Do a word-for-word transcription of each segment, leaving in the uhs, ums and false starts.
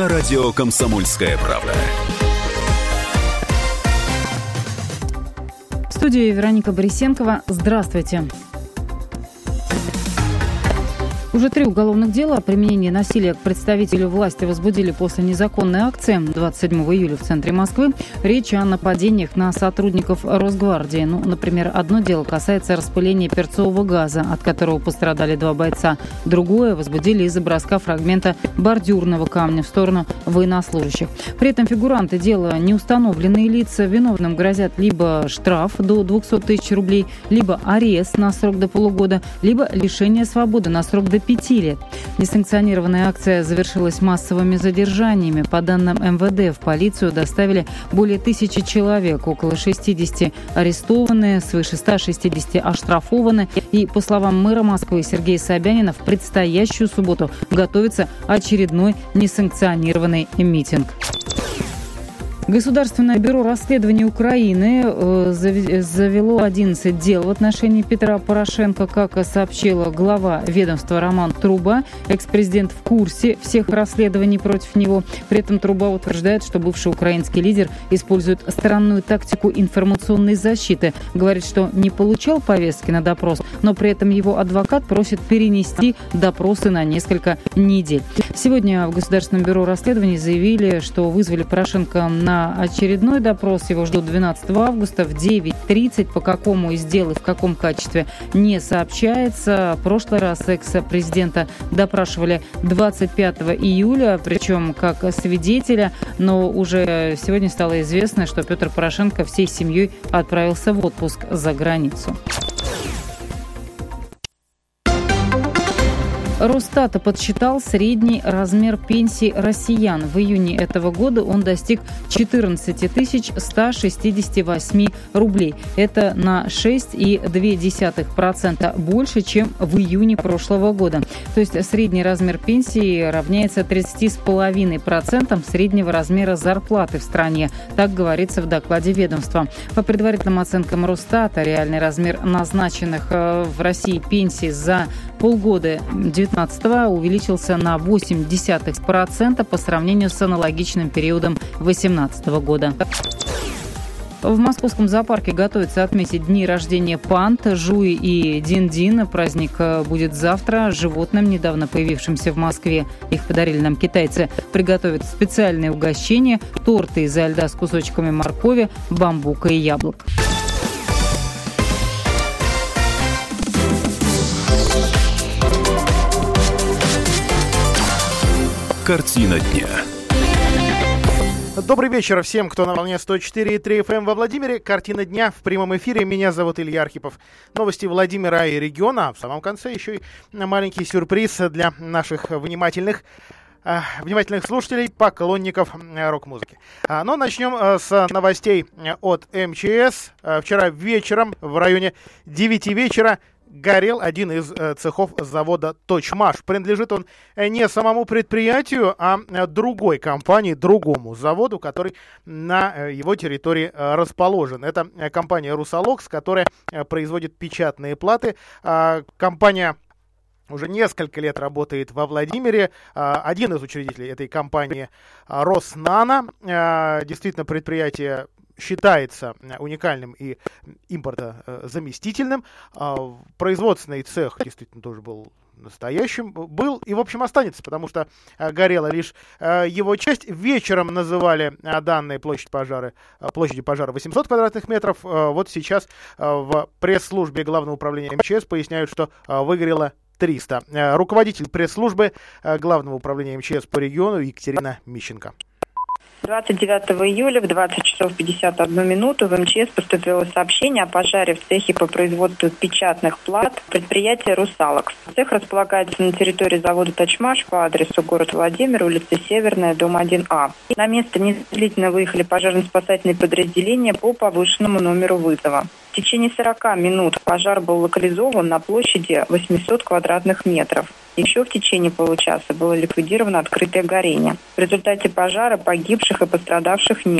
на радио «Комсомольская правда». В студии Вероника Борисенкова. Здравствуйте. Уже три уголовных дела о применении насилия к представителю власти возбудили после незаконной акции двадцать седьмого июля в центре Москвы. Речь о нападениях на сотрудников Росгвардии. Ну, например, одно дело касается распыления перцового газа, от которого пострадали два бойца. Другое возбудили из-за броска фрагмента бордюрного камня в сторону военнослужащих. При этом фигуранты дела неустановленные лица. Виновным грозят либо штраф до двухсот тысяч рублей, либо арест на срок до полугода, либо лишение свободы на срок до пяти лет. Несанкционированная акция завершилась массовыми задержаниями. По данным эм вэ дэ, в полицию доставили более тысячи человек, около шестидесяти арестованы, свыше ста шестидесяти оштрафованы. И, по словам мэра Москвы Сергея Собянина, в предстоящую субботу готовится очередной несанкционированный митинг. Государственное бюро расследований Украины завело одиннадцать дел в отношении Петра Порошенко. Как сообщила глава ведомства Роман Труба, экс-президент в курсе всех расследований против него. При этом Труба утверждает, что бывший украинский лидер использует странную тактику информационной защиты. Говорит, что не получал повестки на допрос, но при этом его адвокат просит перенести допросы на несколько недель. Сегодня в Государственном бюро расследований заявили, что вызвали Порошенко на очередной допрос. Его ждут двенадцатого августа в девять тридцать. По какому из дел и в каком качестве не сообщается. В прошлый раз экс-президента допрашивали двадцать пятого июля, причем как свидетеля. Но уже сегодня стало известно, что Петр Порошенко всей семьей отправился в отпуск за границу. Росстат подсчитал средний размер пенсий россиян. В июне этого года он достиг четырнадцать тысяч сто шестьдесят восемь рублей. Это на шесть целых две десятых процента больше, чем в июне прошлого года. То есть средний размер пенсии равняется тридцати с половиной процентам среднего размера зарплаты в стране. Так говорится в докладе ведомства. По предварительным оценкам Росстата, реальный размер назначенных в России пенсий за полгода две тысячи девятнадцатого увеличился на восемь десятых процента по сравнению с аналогичным периодом две тысячи восемнадцатого года. В московском зоопарке готовятся отметить дни рождения панд, Жуи и Дин-Дин. Праздник будет завтра. Животным, недавно появившимся в Москве, их подарили нам китайцы, приготовят специальные угощения, торты изо льда с кусочками моркови, бамбука и яблок. Картина дня. Добрый вечер всем, кто на волне сто четыре и три эф эм во Владимире. Картина дня в прямом эфире. Меня зовут Илья Архипов. Новости Владимира и региона. В самом конце еще и маленький сюрприз для наших внимательных, э, внимательных слушателей, поклонников э, рок-музыки. А, но начнем э, с новостей от эм че эс. Э, вчера вечером в районе девяти вечера горел один из э, цехов завода «Точмаш». Принадлежит он э, не самому предприятию, а э, другой компании, другому заводу, который на э, его территории э, расположен. Это э, компания «Русалокс», которая э, производит печатные платы. Э, компания уже несколько лет работает во Владимире. Э, один из учредителей этой компании э, Роснано. Э, действительно, предприятие считается уникальным и импортозаместительным. Производственный цех действительно тоже был настоящим, был и, в общем, останется, потому что горела лишь его часть. Вечером называли данные площадь пожара, площади пожара восемьсот квадратных метров. Вот сейчас в пресс-службе Главного управления эм че эс поясняют, что выгорело триста. Руководитель пресс-службы Главного управления эм че эс по региону Екатерина Мищенко. двадцать девятого июля в двадцать часов пятьдесят одну минуту в эм че эс поступило сообщение о пожаре в цехе по производству печатных плат предприятия «Русалокс». Цех располагается на территории завода «Точмаш» по адресу город Владимир, улица Северная, дом один А. На место незамедлительно выехали пожарно-спасательные подразделения по повышенному номеру вызова. В течение сорока минут пожар был локализован на площади восемьсот квадратных метров. Еще в течение получаса было ликвидировано открытое горение. В результате пожара погибших и пострадавших нет.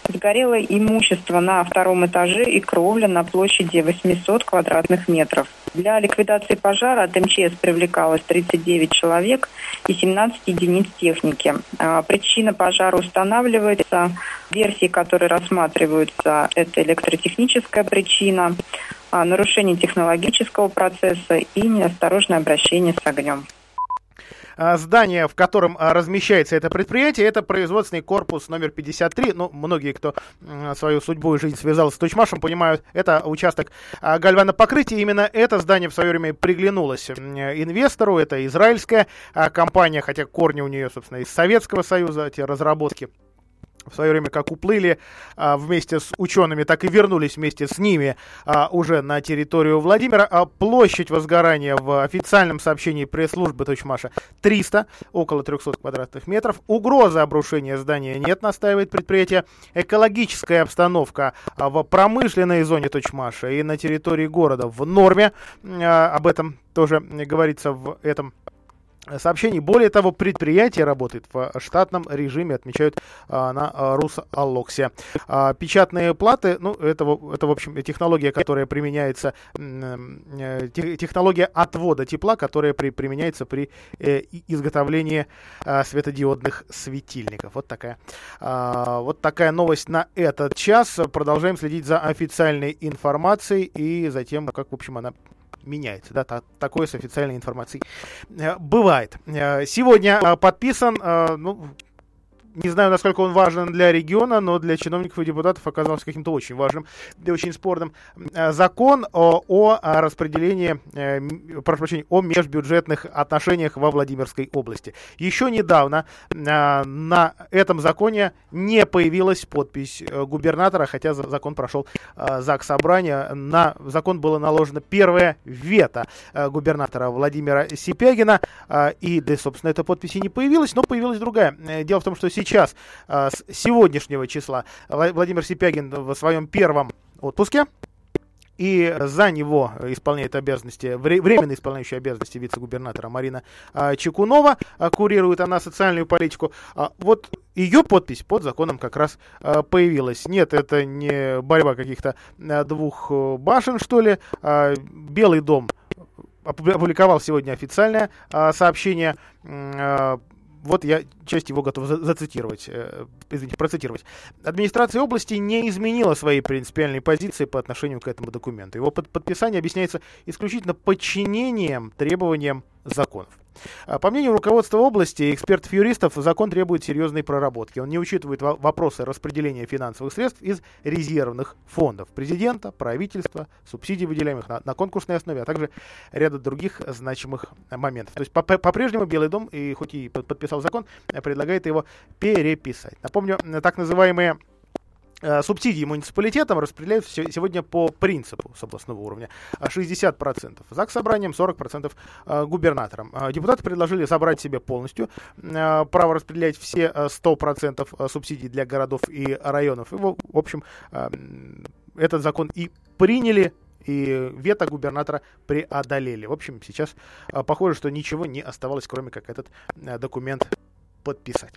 Сгорело имущество на втором этаже и кровля на площади восемьсот квадратных метров. Для ликвидации пожара от МЧС привлекалось тридцать девять человек и семнадцать единиц техники. Причина пожара устанавливается. Версии, которые рассматриваются, это электротехническая причина, нарушение технологического процесса и неосторожное обращение с огнем. Здание, в котором размещается это предприятие, это производственный корпус номер пятьдесят три. Ну, многие, кто свою судьбу и жизнь связал с Точмашем, понимают, это участок гальванопокрытия. Именно это здание в свое время приглянулось инвестору. Это израильская компания, хотя корни у нее, собственно, из Советского Союза, эти разработки. В свое время как уплыли а, вместе с учеными, так и вернулись вместе с ними а, уже на территорию Владимира. А площадь возгорания в официальном сообщении пресс-службы Точмаша триста, около триста квадратных метров. Угрозы обрушения здания нет, настаивает предприятие. Экологическая обстановка а, в промышленной зоне Точмаша и на территории города в норме. А, об этом тоже говорится в этом сообщений. Более того, предприятие работает в штатном режиме, отмечают а, на Русаллоксе. А, печатные платы, ну, это, это, в общем, технология, которая применяется, э, технология отвода тепла, которая при, применяется при э, изготовлении э, светодиодных светильников. Вот такая, э, вот такая новость на этот час. Продолжаем следить за официальной информацией и за тем, как, в общем, она меняется, да, та, такое с официальной информацией э, бывает. Э, сегодня э, подписан, э, ну, не знаю, насколько он важен для региона, но для чиновников и депутатов оказался каким-то очень важным и очень спорным э, закон о, о распределении, э, прошу прощения, о межбюджетных отношениях во Владимирской области. Еще недавно э, на этом законе не появилась подпись э, губернатора, хотя закон прошел э, Заксобрание. На закон было наложено первое вето э, губернатора Владимира Сипягина, э, и, да, собственно, эта подпись и не появилась, но появилась другая. Дело в том, что сейчас Сейчас, с сегодняшнего числа, Владимир Сипягин в своем первом отпуске, и за него исполняет обязанности, временно исполняющая обязанности вице-губернатора Марина Чекунова, курирует она социальную политику. Вот ее подпись под законом как раз появилась. Нет, это не борьба каких-то двух башен, что ли. Белый дом опубликовал сегодня официальное сообщение. Вот я часть его готов за- зацитировать, э, извините, процитировать. Администрация области не изменила своей принципиальной позиции по отношению к этому документу. Его под- подписание объясняется исключительно подчинением требованиям законов. По мнению руководства области и экспертов-юристов, закон требует серьезной проработки. Он не учитывает во- вопросы распределения финансовых средств из резервных фондов президента, правительства, субсидий, выделяемых на, на конкурсной основе, а также ряда других значимых моментов. То есть по- по-прежнему Белый дом, и хоть и подписал закон, предлагает его переписать. Напомню, так называемые субсидии муниципалитетам распределяются сегодня по принципу с областного уровня. шестьдесят процентов Заксобранием, сорок процентов губернатором. Депутаты предложили собрать себе полностью право распределять все сто процентов субсидий для городов и районов. И, в общем, этот закон и приняли, и вето губернатора преодолели. В общем, сейчас похоже, что ничего не оставалось, кроме как этот документ подписать.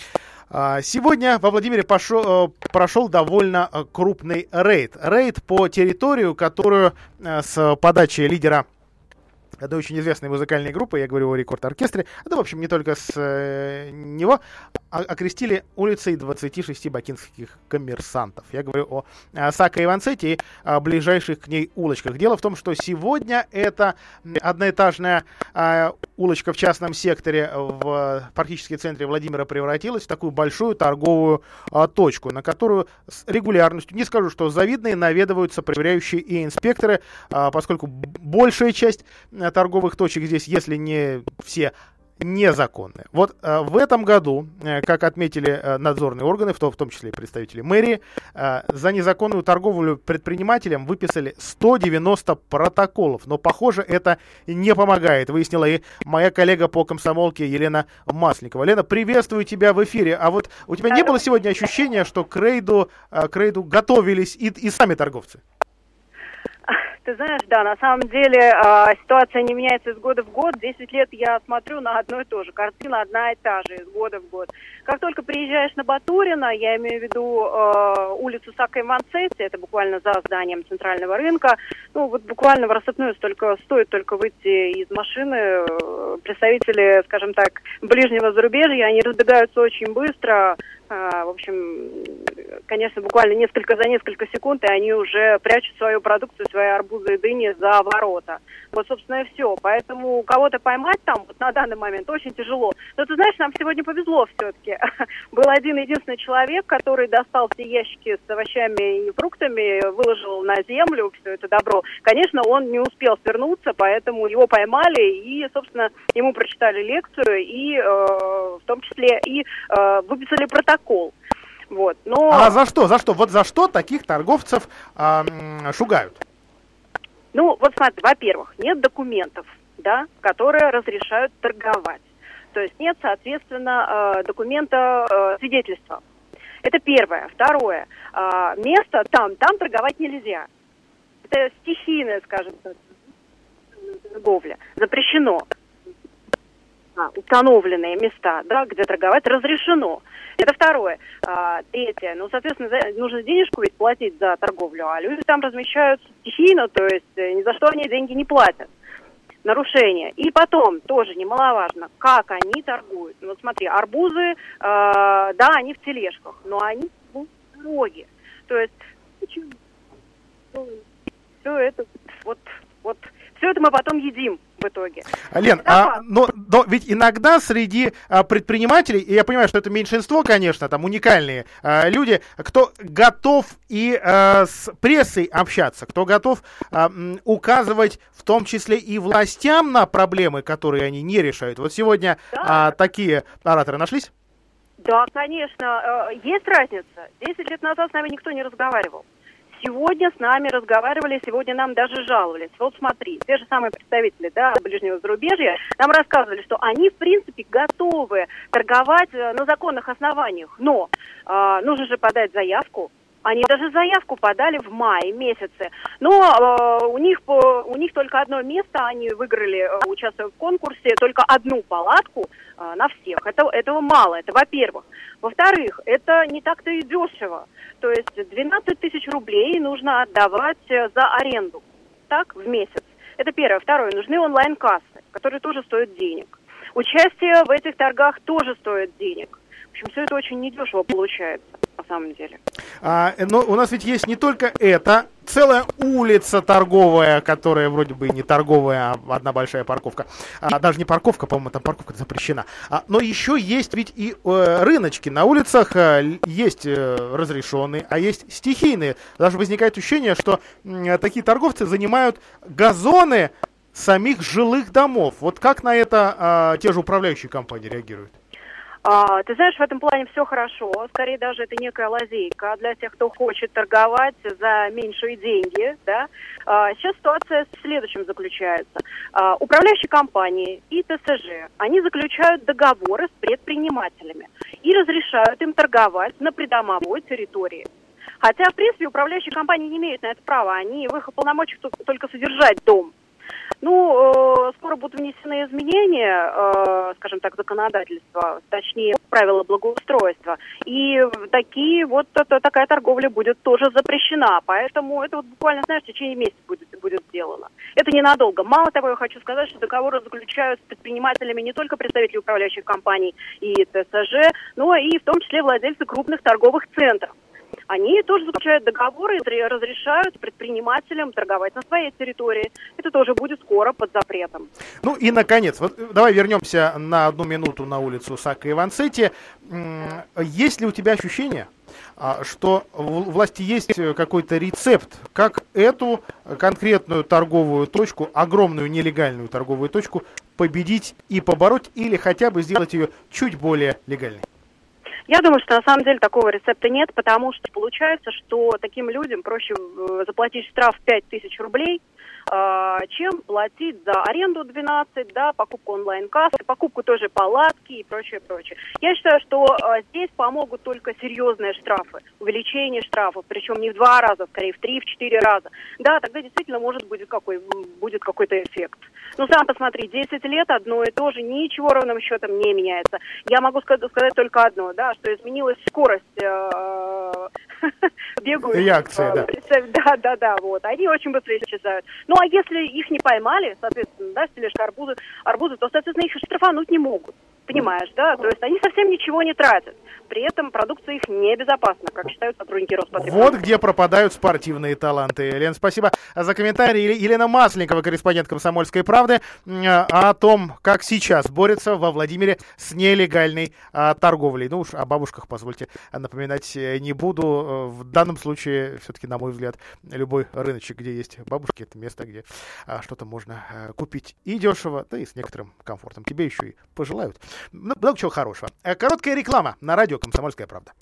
Сегодня во Владимире пошел, прошел довольно крупный рейд. Рейд по территорию, которую с подачи лидера одной очень известной музыкальной группы, я говорю о рекорд-оркестре, да, в общем, не только с э, него, а, окрестили улицей двадцати шести бакинских коммерсантов. Я говорю о, о Сако Ивансете и о ближайших к ней улочках. Дело в том, что сегодня это одноэтажная э, улочка в частном секторе в практически центре Владимира превратилась в такую большую торговую э, точку, на которую с регулярностью, не скажу, что завидные, наведываются проверяющие и инспекторы, э, поскольку большая часть торговых точек здесь, если не все, незаконные. Вот э, в этом году, э, как отметили э, надзорные органы, в том, в том числе и представители мэрии, э, за незаконную торговлю предпринимателям выписали сто девяносто протоколов. Но, похоже, это не помогает, выяснила и моя коллега по комсомолке Елена Масленникова. Лена, приветствую тебя в эфире. А вот у тебя не было сегодня ощущения, что к рейду, э, к рейду готовились и, и сами торговцы? Ты знаешь, да, на самом деле э, ситуация не меняется из года в год. Десять лет я смотрю на одно и то же. Картина одна и та же из года в год. Как только приезжаешь на Батурина, я имею в виду э, улицу Саккой-Вансетти, это буквально за зданием центрального рынка, ну вот буквально в рассыпную столько, стоит только выйти из машины, э, представители, скажем так, ближнего зарубежья, они разбегаются очень быстро. В общем, конечно, буквально несколько за несколько секунд, и они уже прячут свою продукцию, свои арбузы и дыни за ворота. Вот, собственно, и все. Поэтому кого-то поймать там вот на данный момент очень тяжело. Но ты знаешь, нам сегодня повезло все-таки. Был один единственный человек, который достал все ящики с овощами и фруктами, выложил на землю все это добро. Конечно, он не успел свернуться, поэтому его поймали и, собственно, ему прочитали лекцию, и э, в том числе и э, выписали протокол. Вот, но... А за что? За что? Вот за что таких торговцев э, шугают? Ну, вот смотри, во-первых, нет документов, да, которые разрешают торговать. То есть нет, соответственно, э, документа э, свидетельства. Это первое. Второе. Э, место там, там торговать нельзя. Это стихийная, скажем так, торговля. Запрещено. А, установленные места, да, где торговать разрешено. Это второе. А, третье. Ну, соответственно, за, нужно денежку ведь платить за торговлю, а люди там размещаются стихийно, то есть ни за что они деньги не платят. Нарушение. И потом, тоже немаловажно, как они торгуют. Ну, вот смотри, арбузы, э, да, они в тележках, но они в дороге. То есть, все это, вот, вот, все это мы потом едим в итоге. Лен, а, но, но ведь иногда среди а, предпринимателей, и я понимаю, что это меньшинство, конечно, там уникальные а, люди, кто готов и а, с прессой общаться, кто готов а, м, указывать в том числе и властям на проблемы, которые они не решают. Вот сегодня да. а, такие ораторы нашлись? Да, конечно. Есть разница. Десять лет назад с нами никто не разговаривал. Сегодня с нами разговаривали, сегодня нам даже жаловались. Вот смотри, те же самые представители, да, ближнего зарубежья нам рассказывали, что они, в принципе, готовы торговать на законных основаниях. Но э, нужно же подать заявку. Они даже заявку подали в мае месяце. Но э, у них, у них только одно место, они выиграли, э, участвуя в конкурсе, только одну палатку э, на всех. Это, этого мало, это во-первых. Во-вторых, это не так-то и дешево. То есть двенадцать тысяч рублей нужно отдавать за аренду, так, в месяц. Это первое. Второе, нужны онлайн-кассы, которые тоже стоят денег. Участие в этих торгах тоже стоит денег. В общем, все это очень недешево получается, на самом деле. А, но у нас ведь есть не только это, целая улица торговая, которая вроде бы не торговая, а одна большая парковка. А, даже не парковка, по-моему, там парковка запрещена. А, но еще есть ведь и э, рыночки. На улицах э, есть э, разрешенные, а есть стихийные. Даже возникает ощущение, что э, такие торговцы занимают газоны самих жилых домов. Вот как на это э, те же управляющие компании реагируют? А, ты знаешь, в этом плане все хорошо. Скорее даже это некая лазейка для тех, кто хочет торговать за меньшие деньги. Да? А, сейчас ситуация в следующем заключается. А, управляющие компании и ТСЖ, они заключают договоры с предпринимателями и разрешают им торговать на придомовой территории. Хотя, в принципе, управляющие компании не имеют на это права. Они в их полномочиях только содержать дом. Ну, э, скоро будут внесены изменения, э, скажем так, законодательства, точнее, правила благоустройства. И такие вот это, такая торговля будет тоже запрещена. Поэтому это вот буквально, знаешь, в течение месяца будет, будет сделано. Это ненадолго. Мало того, я хочу сказать, что договоры заключают с предпринимателями не только представители управляющих компаний и ТСЖ, но и в том числе владельцы крупных торговых центров. Они тоже заключают договоры и разрешают предпринимателям торговать на своей территории. Это тоже будет скоро под запретом. Ну и, наконец, вот давай вернемся на одну минуту на улицу Саккой-Вансетти. Есть ли у тебя ощущение, что у власти есть какой-то рецепт, как эту конкретную торговую точку, огромную нелегальную торговую точку, победить и побороть, или хотя бы сделать ее чуть более легальной? Я думаю, что на самом деле такого рецепта нет, потому что получается, что таким людям проще заплатить штраф пять тысяч рублей, чем платить за аренду двенадцать, да, покупку онлайн-кассы, покупку той же палатки и прочее, прочее. Я считаю, что здесь помогут только серьезные штрафы, увеличение штрафов, причем не в два раза, скорее в три, в четыре раза. Да, тогда действительно может быть какой, будет какой-то эффект. Ну, сам посмотри, десять лет одно и то же, ничего ровным счетом не меняется. Я могу сказать, сказать только одно, да, что изменилась скорость бегают. Реакция, да. Да, да, да, вот. Они очень быстро исчезают. Ну, а если их не поймали, соответственно, да, с тележкой арбузы, арбузы, то, соответственно, их штрафануть не могут. Понимаешь, да? То есть они совсем ничего не тратят. При этом продукция их небезопасна, как считают сотрудники Роспотребнадзора. Вот где пропадают спортивные таланты. Лен, спасибо за комментарий. Елена Масленникова, корреспондент «Комсомольской правды», о том, как сейчас борется во Владимире с нелегальной а, торговлей. Ну уж о бабушках, позвольте, напоминать не буду. В данном случае, все-таки, на мой взгляд, любой рыночек, где есть бабушки, это место, где а, что-то можно а, купить и дешево, да и с некоторым комфортом. Тебе еще и пожелают. Ну, много чего хорошего. Короткая реклама на радио «Комсомольская правда».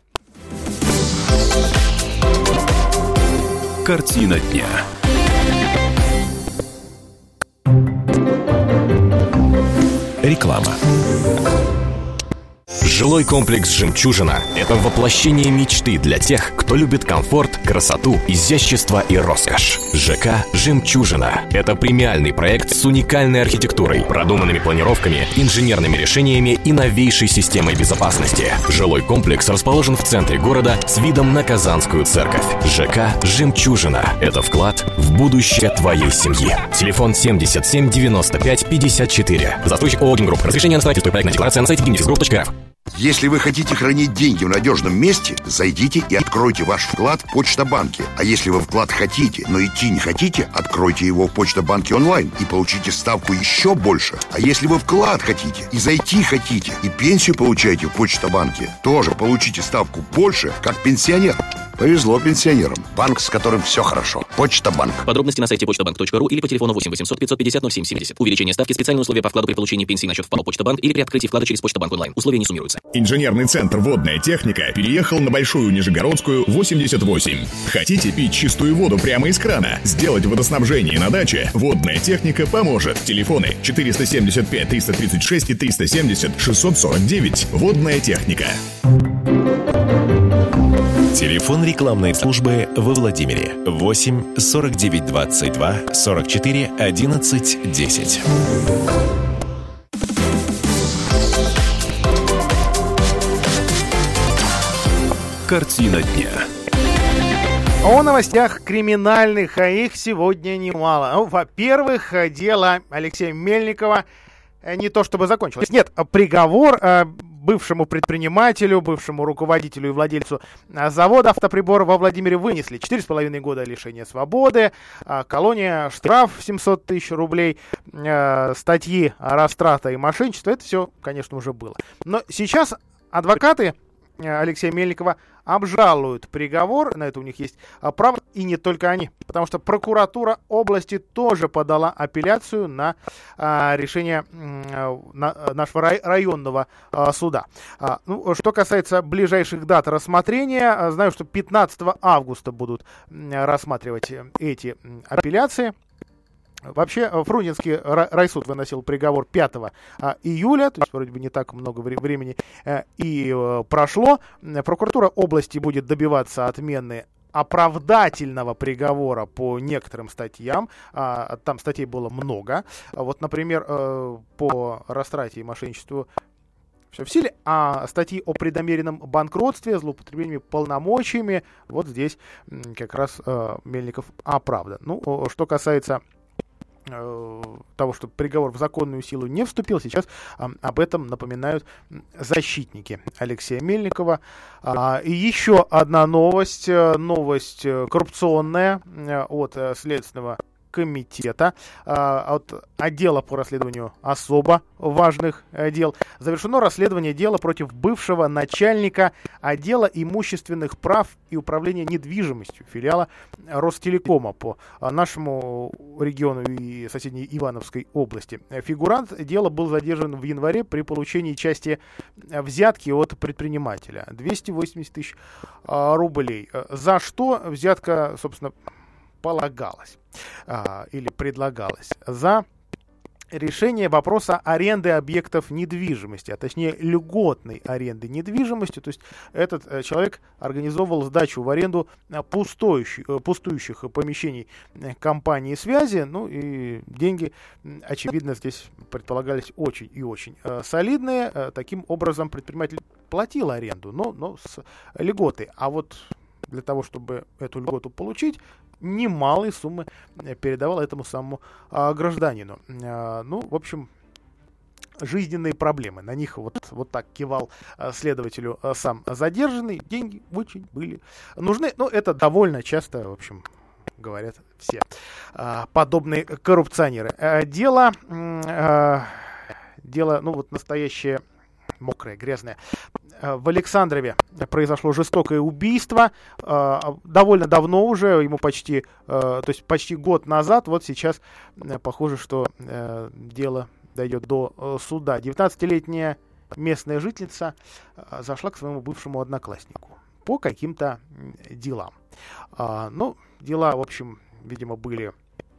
Картина дня. Реклама. Жилой комплекс «Жемчужина» — это воплощение мечты для тех, кто любит комфорт, красоту, изящество и роскошь. ЖК «Жемчужина» — это премиальный проект с уникальной архитектурой, продуманными планировками, инженерными решениями и новейшей системой безопасности. Жилой комплекс расположен в центре города с видом на Казанскую церковь. ЖК «Жемчужина» — это вклад в будущее твоей семьи. Телефон семьдесят семь девяносто пять пятьдесят четыре. Застройщик ООО «Гимгрупп». Разрешение на строительство и проектная декларация на сайте гимнифисгрупп точка рф. Если вы хотите хранить деньги в надежном месте, зайдите и откройте ваш вклад в Почта-банке. А если вы вклад хотите, но идти не хотите, откройте его в Почта-банке онлайн и получите ставку еще больше. А если вы вклад хотите и зайти хотите, и пенсию получаете в Почта-банке, тоже получите ставку больше, как пенсионер. Повезло пенсионерам. Банк, с которым все хорошо. Почта-банк. Подробности на сайте почта банк точка ру или по телефону восемь восемьсот пятьсот пятьдесят ноль семь семьдесят. Увеличение ставки, специальные условия по вкладу при получении пенсии на счет в ПАО Почта-банк или при открытии вклада через Почта-банк онлайн. Условия не суммируются. Инженерный центр «Водная техника» переехал на Большую Нижегородскую, восемьдесят восемь. Хотите пить чистую воду прямо из крана? Сделать водоснабжение на даче? «Водная техника» поможет. Телефоны четыреста семьдесят пять триста тридцать шесть и триста семьдесят шестьсот сорок девять. «Водная техника». Телефон рекламной службы во Владимире восемь сорок девять двадцать два сорок четыре одиннадцать десять. Картина дня. О новостях криминальных, а их сегодня немало. Ну, во-первых, дело Алексея Мельникова не то чтобы закончилось. Нет, приговор бывшему предпринимателю, бывшему руководителю и владельцу завода автоприборов во Владимире вынесли. Четыре с половиной года лишения свободы, колония, штраф семьсот тысяч рублей, статьи растрата и мошенничества. Это все, конечно, уже было. Но сейчас адвокаты Алексея Мельникова обжалуют приговор, на это у них есть право, и не только они, потому что прокуратура области тоже подала апелляцию на а, решение а, на, нашего рай, районного а, суда. А, ну, что касается ближайших дат рассмотрения, а, знаю, что пятнадцатого августа будут а, рассматривать эти апелляции. Вообще, Фрунзенский райсуд выносил приговор пятого июля, то есть вроде бы не так много времени и прошло. Прокуратура области будет добиваться отмены оправдательного приговора по некоторым статьям. Там статей было много. Вот, например, по растрате и мошенничеству все в силе, а статьи о преднамеренном банкротстве, злоупотреблениями полномочиями, вот здесь как раз Мельников оправдан. Ну, что касается того, что приговор в законную силу не вступил, сейчас а, об этом напоминают защитники Алексея Мельникова. А, и еще одна новость, новость коррупционная от Следственного комитета, от отдела по расследованию особо важных дел. Завершено расследование дела против бывшего начальника отдела имущественных прав и управления недвижимостью филиала Ростелекома по нашему региону и соседней Ивановской области. Фигурант дела был задержан в январе при получении части взятки от предпринимателя. двести восемьдесят тысяч рублей. За что взятка, собственно, полагалось. а, или предлагалось за решение вопроса аренды объектов недвижимости, а точнее льготной аренды недвижимости. То есть этот э, человек организовывал сдачу в аренду э, пустующих, э, пустующих помещений э, компании связи. Ну и деньги, э, очевидно, здесь предполагались очень и очень э, солидные. Э, таким образом предприниматель платил аренду, но, но с льготой. А вот для того, чтобы эту льготу получить, немалые суммы передавал этому самому а, гражданину. А, ну, в общем, жизненные проблемы. На них вот, вот так кивал а, следователю а, сам задержанный. Деньги очень были нужны. Но это довольно часто, в общем, говорят все а, подобные коррупционеры. А, дело, а, дело, ну вот настоящее мокрое, грязное. В Александрове произошло жестокое убийство. Довольно давно уже, ему почти, то есть почти год назад. Вот сейчас похоже, что дело дойдет до суда. девятнадцатилетняя местная жительница зашла к своему бывшему однокласснику по каким-то делам. Ну, дела, в общем, видимо, были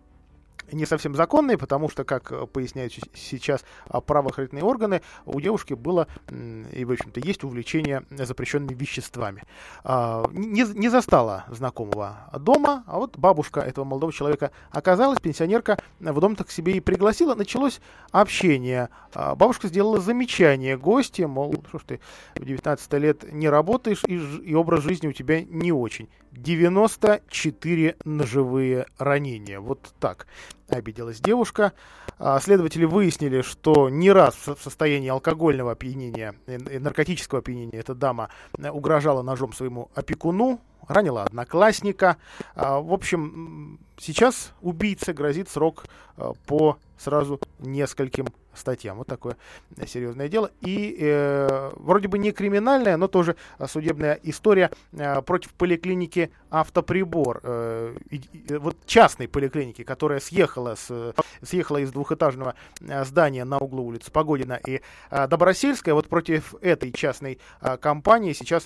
не совсем законные, потому что, как поясняют сейчас правоохранительные органы, у девушки было и, в общем-то, есть увлечение запрещенными веществами. Не, не застала знакомого дома, а вот бабушка этого молодого человека оказалась, пенсионерка, в дом-то к себе и пригласила. Началось общение. Бабушка сделала замечание гостю, мол, что ж ты в девятнадцать лет не работаешь, и, и образ жизни у тебя не очень. девяносто четыре ножевые ранения. Вот так обиделась девушка. Следователи выяснили, что не раз в состоянии алкогольного опьянения, наркотического опьянения эта дама угрожала ножом своему опекуну, ранила одноклассника. В общем, сейчас убийце грозит срок по сразу нескольким статьям. Вот такое серьезное дело. И э, вроде бы не криминальная, но тоже судебная история э, против поликлиники «Автоприбор». Э, э, вот частной поликлиники, которая съехала, с, съехала из двухэтажного э, здания на углу улиц Погодина и э, Добросельская. Вот против этой частной э, компании сейчас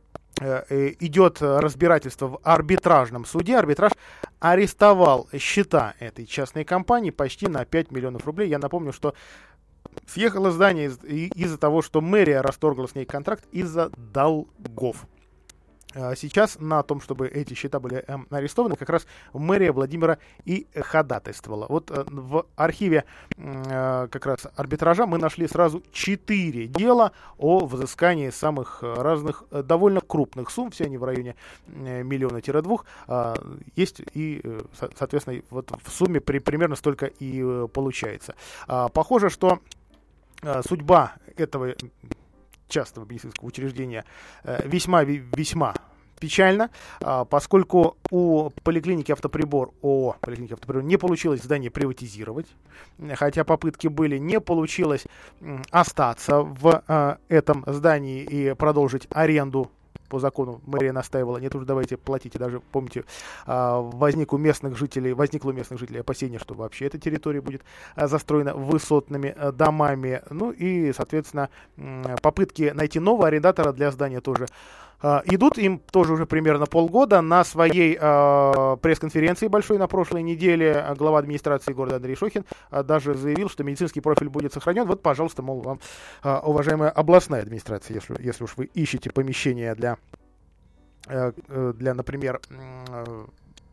идет разбирательство в арбитражном суде. Арбитраж арестовал счета этой частной компании почти на пять миллионов рублей. Я напомню, что съехало здание из- из-за того, что мэрия расторгла с ней контракт из-за долгов. Сейчас на том, чтобы эти счета были э, арестованы, как раз мэрия Владимира и ходатайствовала. Вот э, в архиве э, как раз арбитража мы нашли сразу четыре дела о взыскании самых разных э, довольно крупных сумм, все они в районе э, миллиона-двух. Э, есть и, э, со- соответственно, вот в сумме при, примерно столько и э, получается. Э, похоже, что э, судьба этого частного медицинского учреждения весьма-весьма печально, поскольку у поликлиники «Автоприбор», о поликлинике «Автоприбор» не получилось здание приватизировать, хотя попытки были, не получилось остаться в этом здании и продолжить аренду. По закону мэрия настаивала, нет уж, давайте платите. Даже, помните, возник у местных жителей, возникло у местных жителей опасение, что вообще эта территория будет застроена высотными домами. Ну и, соответственно, попытки найти нового арендатора для здания тоже идут. Им тоже уже примерно полгода. На своей э, пресс-конференции большой на прошлой неделе глава администрации города Андрей Шохин э, даже заявил, что медицинский профиль будет сохранен. Вот, пожалуйста, мол, вам, э, уважаемая областная администрация, если, если уж вы ищете помещение для, э, для например, э,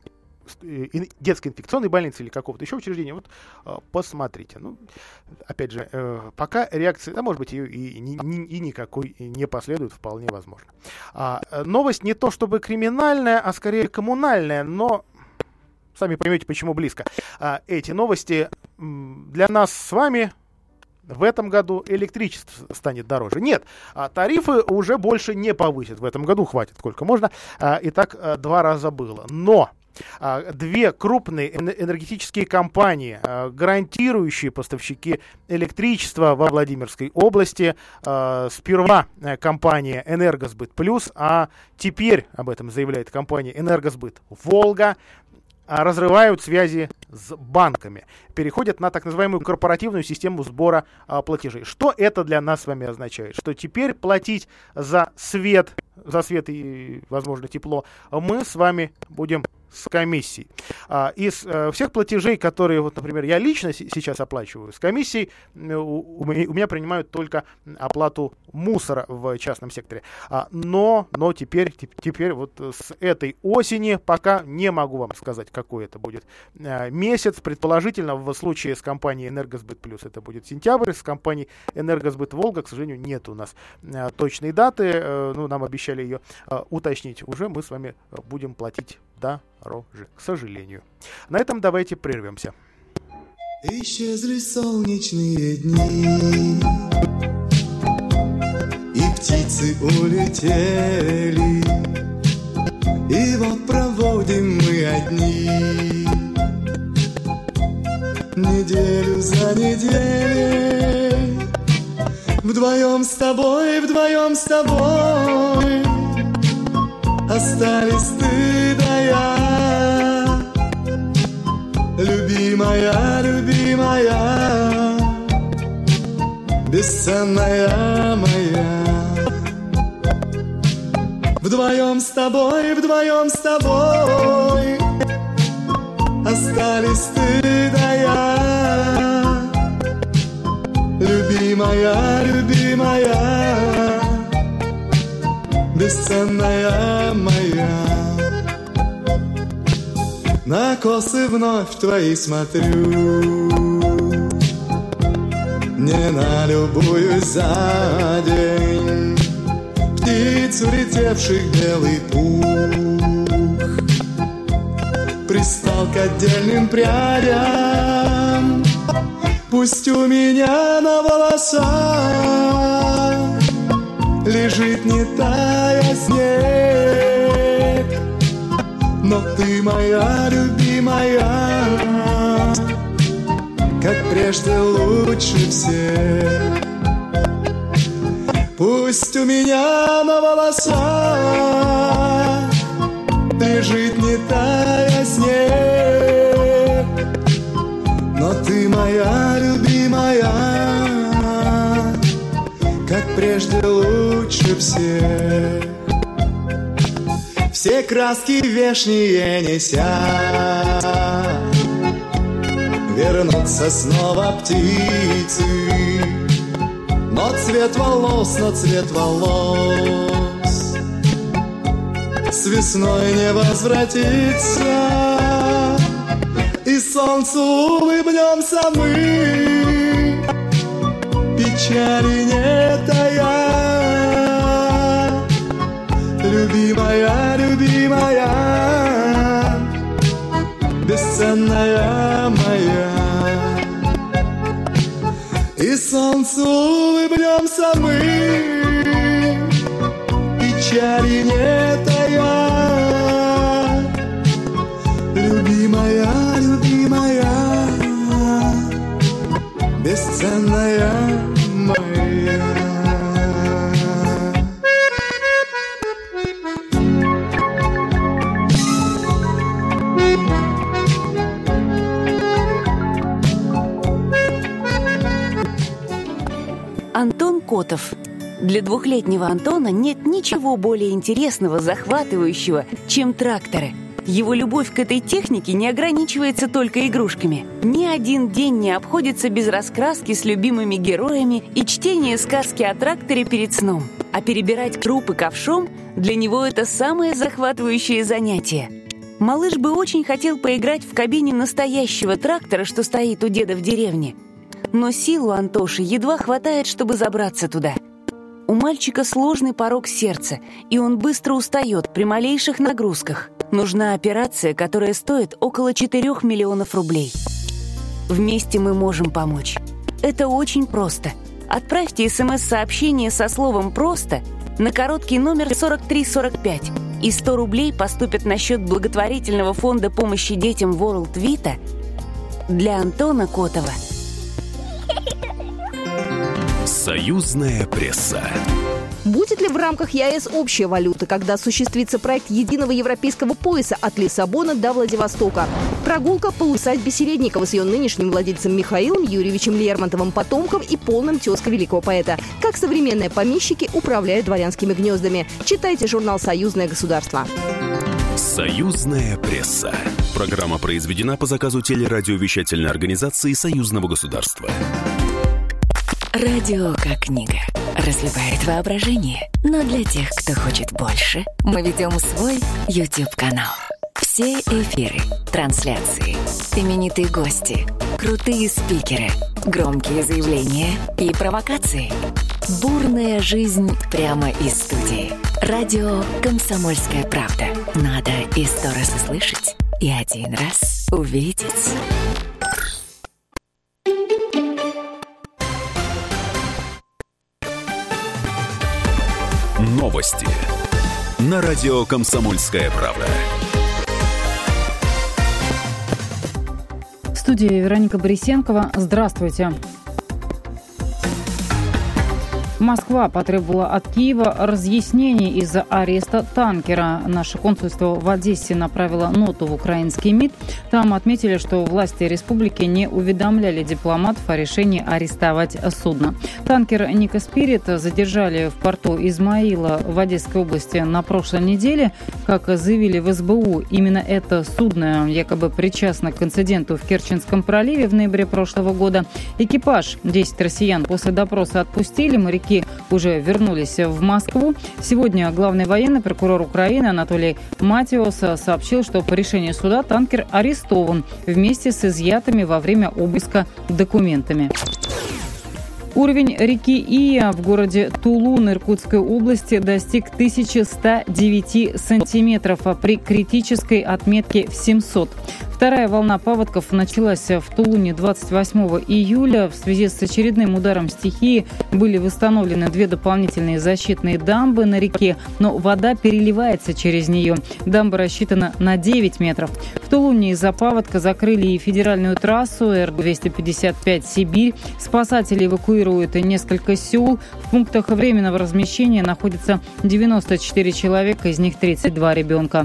детской инфекционной больницы или какого-то еще учреждения, вот э, посмотрите. Ну, опять же, э, пока реакции, а может быть, и, и, и, и никакой не последует, вполне возможно. А, новость не то чтобы криминальная, а скорее коммунальная, но сами поймете, почему близко. А, эти новости м, для нас с вами в этом году электричество станет дороже. Нет, тарифы уже больше не повысят. В этом году хватит, сколько можно. И так два раза было. Но две крупные энергетические компании, гарантирующие поставщики электричества во Владимирской области, сперва компания «Энергосбыт Плюс», а теперь, об этом заявляет компания «Энергосбыт Волга», разрывают связи с банками, переходят на так называемую корпоративную систему сбора а, платежей. Что это для нас с вами означает? Что теперь платить за свет, за свет и, возможно, тепло мы с вами будем с комиссией. Из всех платежей, которые, вот, например, я лично сейчас оплачиваю, с комиссией у меня принимают только оплату мусора в частном секторе. Но, но теперь, теперь вот с этой осени пока не могу вам сказать, какой это будет месяц. Предположительно, в случае с компанией «Энергосбыт Плюс» это будет сентябрь, с компанией «Энергосбыт Волга», к сожалению, нет у нас точной даты. Ну, нам обещали ее уточнить. Уже мы с вами будем платить дороже, к сожалению. На этом давайте прервемся. Исчезли солнечные дни, и птицы улетели, и вот проводим мы одни неделю за неделей. Вдвоем с тобой, вдвоем с тобой остались ты да я. Любимая, любимая, бесценная моя. Вдвоем с тобой, вдвоем с тобой остались ты да я. Любимая, любимая, бесценная моя. На косы вновь твои смотрю, не налюбуюсь за день. Птиц, улетевших белый пух, пристал к отдельным прядям. Пусть у меня на волосах лежит, не тая, снег, но ты моя любимая, как прежде лучше всех. Пусть у меня на волосах лежит, не тая, снег, но ты моя любимая, как прежде лучше всех. Все краски вешние неся, вернутся снова птицы, но цвет волос, но цвет волос с весной не возвратится. И солнцу улыбнемся мы, печали не тая. Любимая, любимая, бесценная моя. И солнцу улыбнемся мы, печали не тая. Любимая, любимая, бесценная моя. Антон Котов. Для двухлетнего Антона нет ничего более интересного, захватывающего, чем тракторы. Его любовь к этой технике не ограничивается только игрушками. Ни один день не обходится без раскраски с любимыми героями и чтения сказки о тракторе перед сном. А перебирать крупы ковшом для него это самое захватывающее занятие. Малыш бы очень хотел поиграть в кабине настоящего трактора, что стоит у деда в деревне. Но сил у Антоши едва хватает, чтобы забраться туда. У мальчика сложный порог сердца, и он быстро устает при малейших нагрузках. Нужна операция, которая стоит около четырёх миллионов рублей. Вместе мы можем помочь. Это очень просто. Отправьте смс-сообщение со словом «просто» на короткий номер сорок три сорок пять, и сто рублей поступят на счет благотворительного фонда помощи детям World Vita для Антона Котова. Союзная пресса. Будет ли в рамках ЕАЭС общая валюта, когда осуществится проект единого европейского пояса от Лиссабона до Владивостока? Прогулка по усадьбе Середникова с ее нынешним владельцем Михаилом Юрьевичем Лермонтовым, потомком и полным тезкой великого поэта. Как современные помещики управляют дворянскими гнездами. Читайте журнал «Союзное государство». Союзная пресса. Программа произведена по заказу телерадиовещательной организации Союзного государства. Радио как книга. Разливает воображение. Но для тех, кто хочет больше, мы ведем свой YouTube-канал. Все эфиры, трансляции, именитые гости, крутые спикеры, громкие заявления и провокации. Бурная жизнь прямо из студии. Радио «Комсомольская правда». Надо и сто раз услышать, и один раз увидеть. Новости на радио «Комсомольская правда». В студии Вероника Борисенкова. Здравствуйте. Москва потребовала от Киева разъяснений из-за ареста танкера. Наше консульство в Одессе направило ноту в украинский МИД. Там отметили, что власти республики не уведомляли дипломатов о решении арестовать судно. Танкер «Ника Спирит» задержали в порту Измаила в Одесской области на прошлой неделе. Как заявили в эс бэ у, именно это судно якобы причастно к инциденту в Керченском проливе в ноябре прошлого года. Экипаж, десять россиян, после допроса отпустили. Моряки уже вернулись в Москву. Сегодня главный военный прокурор Украины Анатолий Матиос сообщил, что по решению суда танкер арестован вместе с изъятыми во время обыска документами. Уровень реки Ия в городе Тулун Иркутской области достиг тысяча сто девять сантиметров, а при критической отметке в семьсот. Вторая волна паводков началась в Тулуне двадцать восьмого июля. В связи с очередным ударом стихии были восстановлены две дополнительные защитные дамбы на реке, но вода переливается через нее. Дамба рассчитана на девять метров. В Тулуне из-за паводка закрыли и федеральную трассу эр двести пятьдесят пять «Сибирь». Спасатели эвакуируют несколько сел. В пунктах временного размещения находятся девяносто четыре человека, из них тридцать два ребенка.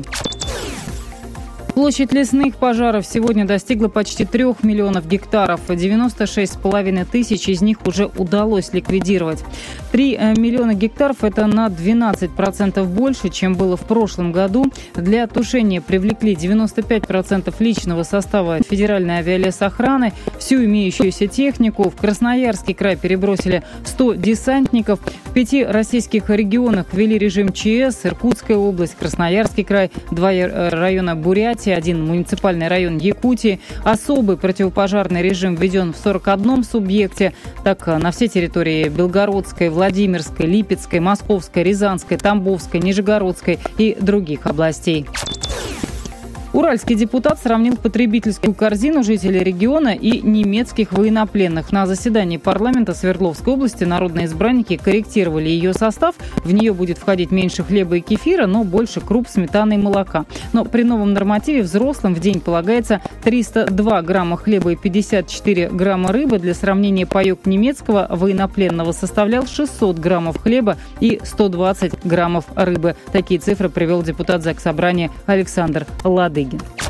Площадь лесных пожаров сегодня достигла почти трех миллионов гектаров. девяносто шесть с половиной тысяч из них уже удалось ликвидировать. три миллиона гектаров – это на двенадцать процентов больше, чем было в прошлом году. Для тушения привлекли девяносто пять процентов личного состава Федеральной авиалесохраны, всю имеющуюся технику. В Красноярский край перебросили сто десантников. В пяти российских регионах ввели режим че эс: Иркутская область, Красноярский край, два района Бурятии, один муниципальный район Якутии. Особый противопожарный режим введен в сорок одном субъекте. Так, на все территории Белгородской, Владимирской, Липецкой, Московской, Рязанской, Тамбовской, Нижегородской и других областей. Уральский депутат сравнил потребительскую корзину жителей региона и немецких военнопленных. На заседании парламента Свердловской области народные избранники корректировали ее состав. В нее будет входить меньше хлеба и кефира, но больше круп, сметаны и молока. Но при новом нормативе взрослым в день полагается триста два грамма хлеба и пятьдесят четыре грамма рыбы. Для сравнения, паёк немецкого военнопленного составлял шестьсот граммов хлеба и сто двадцать граммов рыбы. Такие цифры привел депутат Заксобрания Александр Ладыгин.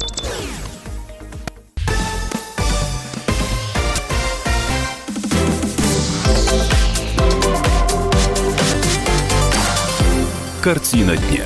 Картина дня.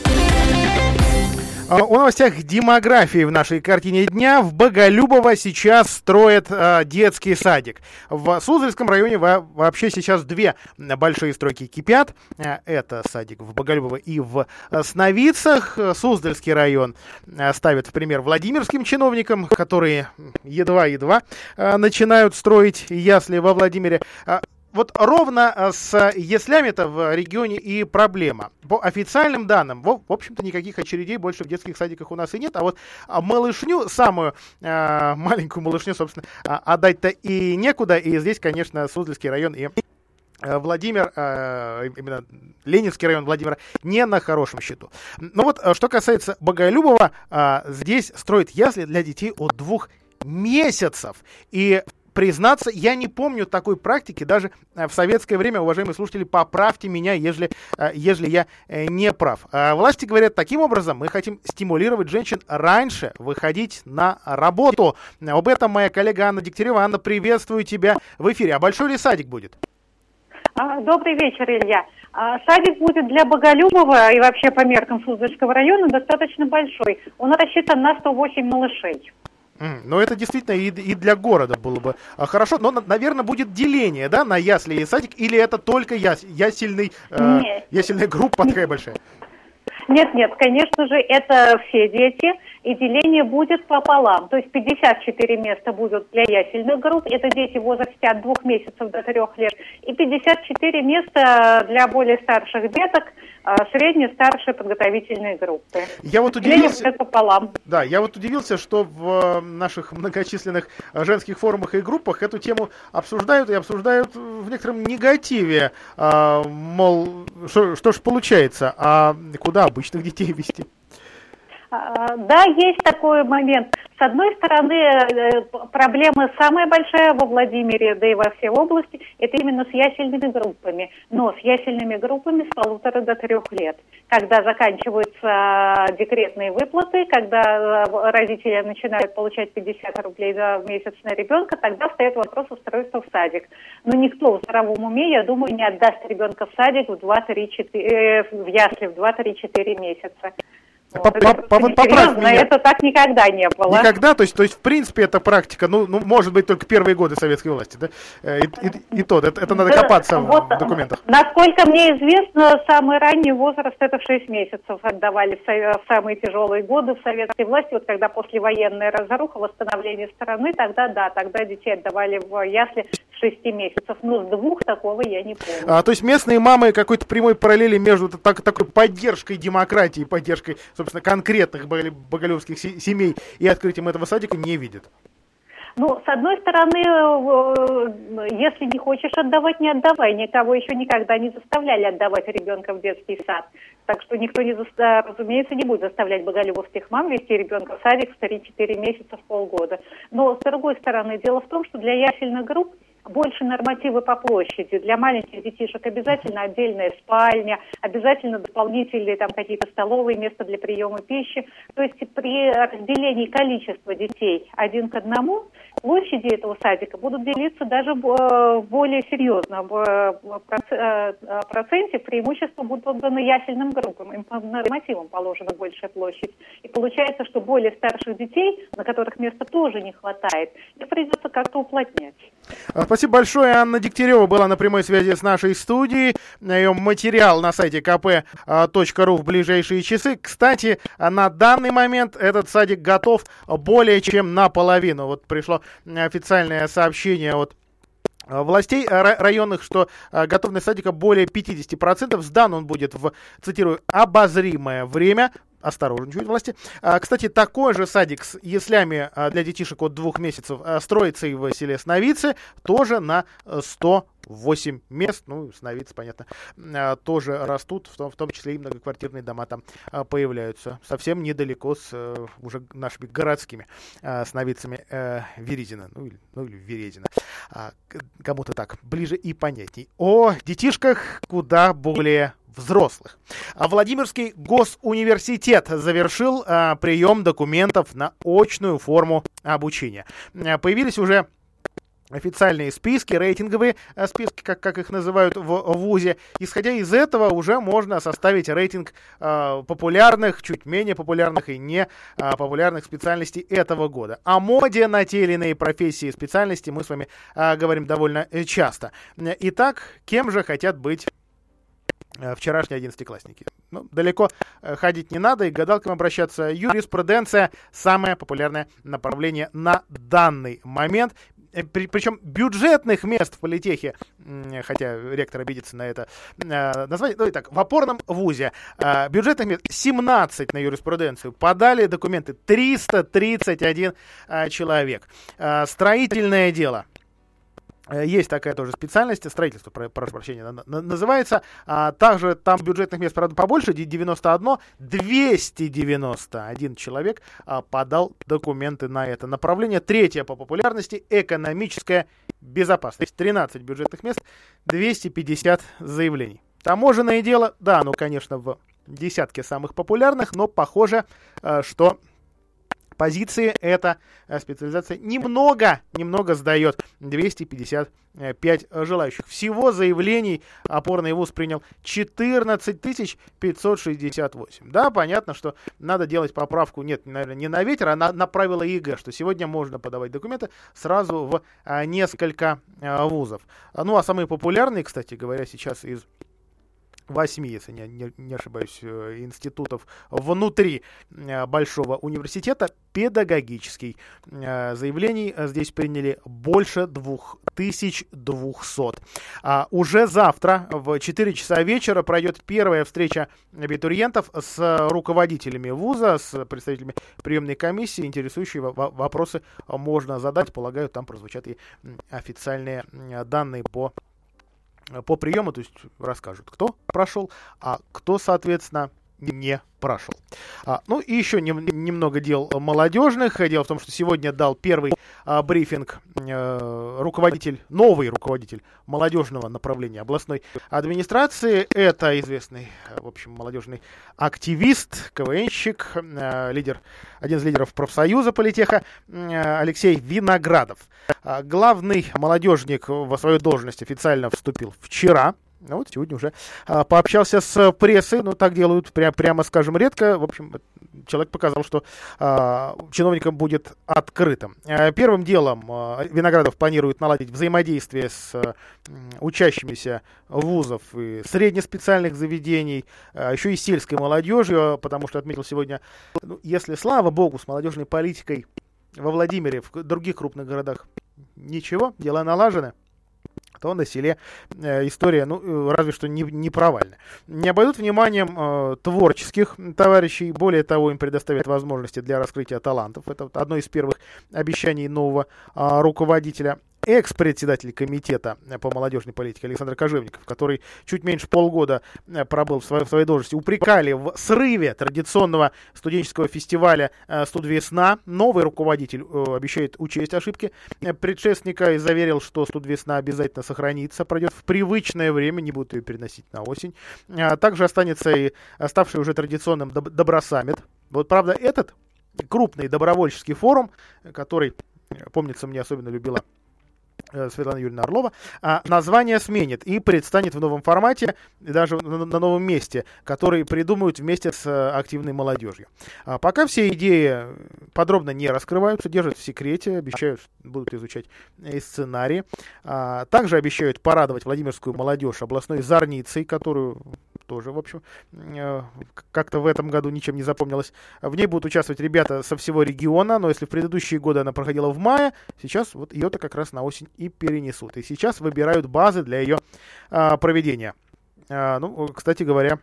О новостях демографии в нашей картине дня. В Боголюбово сейчас строят э, детский садик. В Суздальском районе во- вообще сейчас две большие стройки кипят. Э, это садик в Боголюбово и в э, Сновицах. Суздальский район э, ставит в пример владимирским чиновникам, которые едва-едва э, начинают строить ясли во Владимире. Э, Вот ровно с яслями-то в регионе и проблема. По официальным данным, в, в общем-то, никаких очередей больше в детских садиках у нас и нет. А вот малышню, самую э, маленькую малышню, собственно, отдать-то и некуда. И здесь, конечно, Суздальский район и Владимир, э, именно Ленинский район Владимира, не на хорошем счету. Но вот, что касается Боголюбова, э, здесь строят ясли для детей от двух месяцев. И признаться, я не помню такой практики даже в советское время. Уважаемые слушатели, поправьте меня, ежели, ежели я не прав. Власти говорят, таким образом мы хотим стимулировать женщин раньше выходить на работу. Об этом моя коллега Анна Дегтярева. Анна, приветствую тебя в эфире. А большой ли садик будет? Добрый вечер, Илья. Садик будет для Боголюбова и вообще по меркам Суздальского района достаточно большой. Он рассчитан на сто восемь малышей. Mm, ну, это действительно и, и для города было бы а, хорошо, но, наверное, будет деление, да, на ясли и садик, или это только яс, ясельный, э, ясельная группа такая большая? Нет, нет, конечно же, это все дети, и деление будет пополам. То есть пятьдесят четыре места будут для ясельных групп, это дети в возрасте от двух месяцев до трех лет, и пятьдесят четыре места для более старших деток, средние, старшие подготовительные группы. Я вот удивился, пополам. Да, я вот удивился, что в наших многочисленных женских форумах и группах эту тему обсуждают и обсуждают в некотором негативе, а, мол, что, что ж получается, а куда обычных детей вести? Да, есть такой момент. С одной стороны, проблема самая большая во Владимире, да и во всей области, это именно с ясельными группами. Но с ясельными группами с полутора до трех лет. Когда заканчиваются декретные выплаты, когда родители начинают получать пятьдесят рублей в месяц на ребенка, тогда встает вопрос устройства в садик. Но никто в здравом уме, я думаю, не отдаст ребенка в садик в два-три-четыре, в ясли в два-три-четыре месяца. По, по, по, вот поправь меня. Это так никогда не было. Никогда, то есть, то есть в принципе, эта практика, ну, ну может быть, только первые годы советской власти, да? И, и, и то, это, это надо копаться вот, в документах. Насколько мне известно, самый ранний возраст это в шесть месяцев отдавали в, в самые тяжелые годы в советской власти, вот когда послевоенная разруха, восстановление страны, тогда да, тогда детей отдавали в ясли с шести месяцев, но с двух такого я не помню. А, то есть местные мамы какой-то прямой параллели между так, такой поддержкой демократии, поддержкой, собственно, конкретных боголюбских семей и открытием этого садика не видят? Ну, с одной стороны, если не хочешь отдавать, не отдавай. Никого еще никогда не заставляли отдавать ребенка в детский сад. Так что никто, не заста... разумеется, не будет заставлять боголюбовских мам вести ребенка в садик в три-четыре месяца, в полгода. Но, с другой стороны, дело в том, что для ясельных групп больше нормативы по площади. Для маленьких детишек обязательно отдельная спальня, обязательно дополнительные там какие-то столовые, места для приема пищи. То есть при разделении количества детей один к одному площади этого садика будут делиться даже более серьезно. В проценте преимущество будут отданы ясельным группам. Им по нормативам положена большая площадь. И получается, что более старших детей, на которых места тоже не хватает, их придется как-то уплотнять. Спасибо большое. Анна Дегтярева была на прямой связи с нашей студией. Ее материал на сайте ка пэ точка ру в ближайшие часы. Кстати, на данный момент этот садик готов более чем наполовину. Вот пришло официальное сообщение от властей районных, что готовность садика более пятьдесят процентов. Сдан он будет в, цитирую, обозримое время. Осторожничают власти. Кстати, такой же садик с яслями для детишек от двух месяцев строится и в селе Сновицы, тоже на сто восемь мест. Ну, Сновицы, понятно, тоже растут, в том, в том числе и многоквартирные дома там появляются. Совсем недалеко с уже нашими городскими Сновицами Веридина, ну или, ну или Вередина. Кому-то так ближе и понятней. О детишках куда более взрослых. Владимирский госуниверситет завершил а, прием документов на очную форму обучения. А, появились уже официальные списки, рейтинговые списки, как, как их называют в, в ВУЗе. Исходя из этого уже можно составить рейтинг э, популярных, чуть менее популярных и не э, популярных специальностей этого года. О моде на те или иные профессии и специальности мы с вами э, говорим довольно часто. Итак, кем же хотят быть вчерашние одиннадцатиклассники? Ну, далеко ходить не надо и к гадалкам обращаться. Юриспруденция – самое популярное направление на данный момент. При, причем бюджетных мест в политехе, хотя ректор обидится на это название, ну и так, в опорном вузе бюджетных мест семнадцать на юриспруденцию. Подали документы триста тридцать один человек. Строительное дело. Есть такая тоже специальность, строительство, прошу прощения, называется. А также там бюджетных мест, правда, побольше, девяносто один, двести девяносто один человек а, подал документы на это направление. Третье по популярности — экономическая безопасность. тринадцать бюджетных мест, двести пятьдесят заявлений. Таможенное дело, да, оно, конечно, в десятке самых популярных, но похоже, а, что позиции эта специализация немного, немного сдает. двести пятьдесят пять желающих. Всего заявлений опорный вуз принял четырнадцать тысяч пятьсот шестьдесят восемь. Да, понятно, что надо делать поправку, нет, наверное, не на ветер, а на, на правила ЕГЭ, что сегодня можно подавать документы сразу в а, несколько а, вузов. Ну, а самые популярные, кстати говоря, сейчас из восьми, если не, не, не ошибаюсь, институтов внутри большого университета, педагогический. Заявлений здесь приняли больше две тысячи двести. А уже завтра в четыре часа вечера пройдет первая встреча абитуриентов с руководителями вуза, с представителями приемной комиссии. Интересующие вопросы можно задать. Полагаю, там прозвучат и официальные данные по по приему, то есть расскажут, кто прошел, а кто, соответственно, не прошел. А, ну и еще не, немного дел молодежных. Дело в том, что сегодня дал первый а, брифинг а, руководитель, новый руководитель молодежного направления областной администрации. Это известный, в общем, молодежный активист, КВНщик, а, лидер, один из лидеров профсоюза политеха а, Алексей Виноградов. А, главный молодежник в свою должность официально вступил вчера. А вот сегодня уже а, пообщался с прессой, но так делают, пря- прямо скажем, редко. В общем, человек показал, что а, чиновникам будет открытым. А, первым делом а, Виноградов планирует наладить взаимодействие с а, учащимися вузов и среднеспециальных заведений, а, еще и сельской молодежью, потому что отметил сегодня, ну, если, слава богу, с молодежной политикой во Владимире, в других крупных городах ничего, дела налажены, то на селе э, история, ну, разве что не, не провальная. Не обойдут вниманием э, творческих товарищей, более того, им предоставят возможности для раскрытия талантов. Это вот одно из первых обещаний нового э, руководителя. Экс-председатель комитета по молодежной политике Александр Кожевников, который чуть меньше полгода пробыл в своей, в своей должности, упрекали в срыве традиционного студенческого фестиваля «Студвесна». Новый руководитель э, обещает учесть ошибки предшественника и заверил, что «Студвесна» обязательно сохранится, пройдет в привычное время, не будут ее переносить на осень. А также останется и ставший уже традиционным доб- Добросаммит. Вот, правда, этот крупный добровольческий форум, который, помнится, мне особенно любила Светлана Юрьевна Орлова, а, название сменит и предстанет в новом формате, даже на, на новом месте, который придумают вместе с а, активной молодежью. А пока все идеи подробно не раскрываются, держат в секрете, обещают, будут изучать и сценарии. А, также обещают порадовать владимирскую молодежь областной зорницей, которую тоже, в общем, как-то в этом году ничем не запомнилась. В ней будут участвовать ребята со всего региона, но если в предыдущие годы она проходила в мае, сейчас вот ее-то как раз на осень и перенесут. И сейчас выбирают базы для ее а, проведения. А, ну, кстати говоря,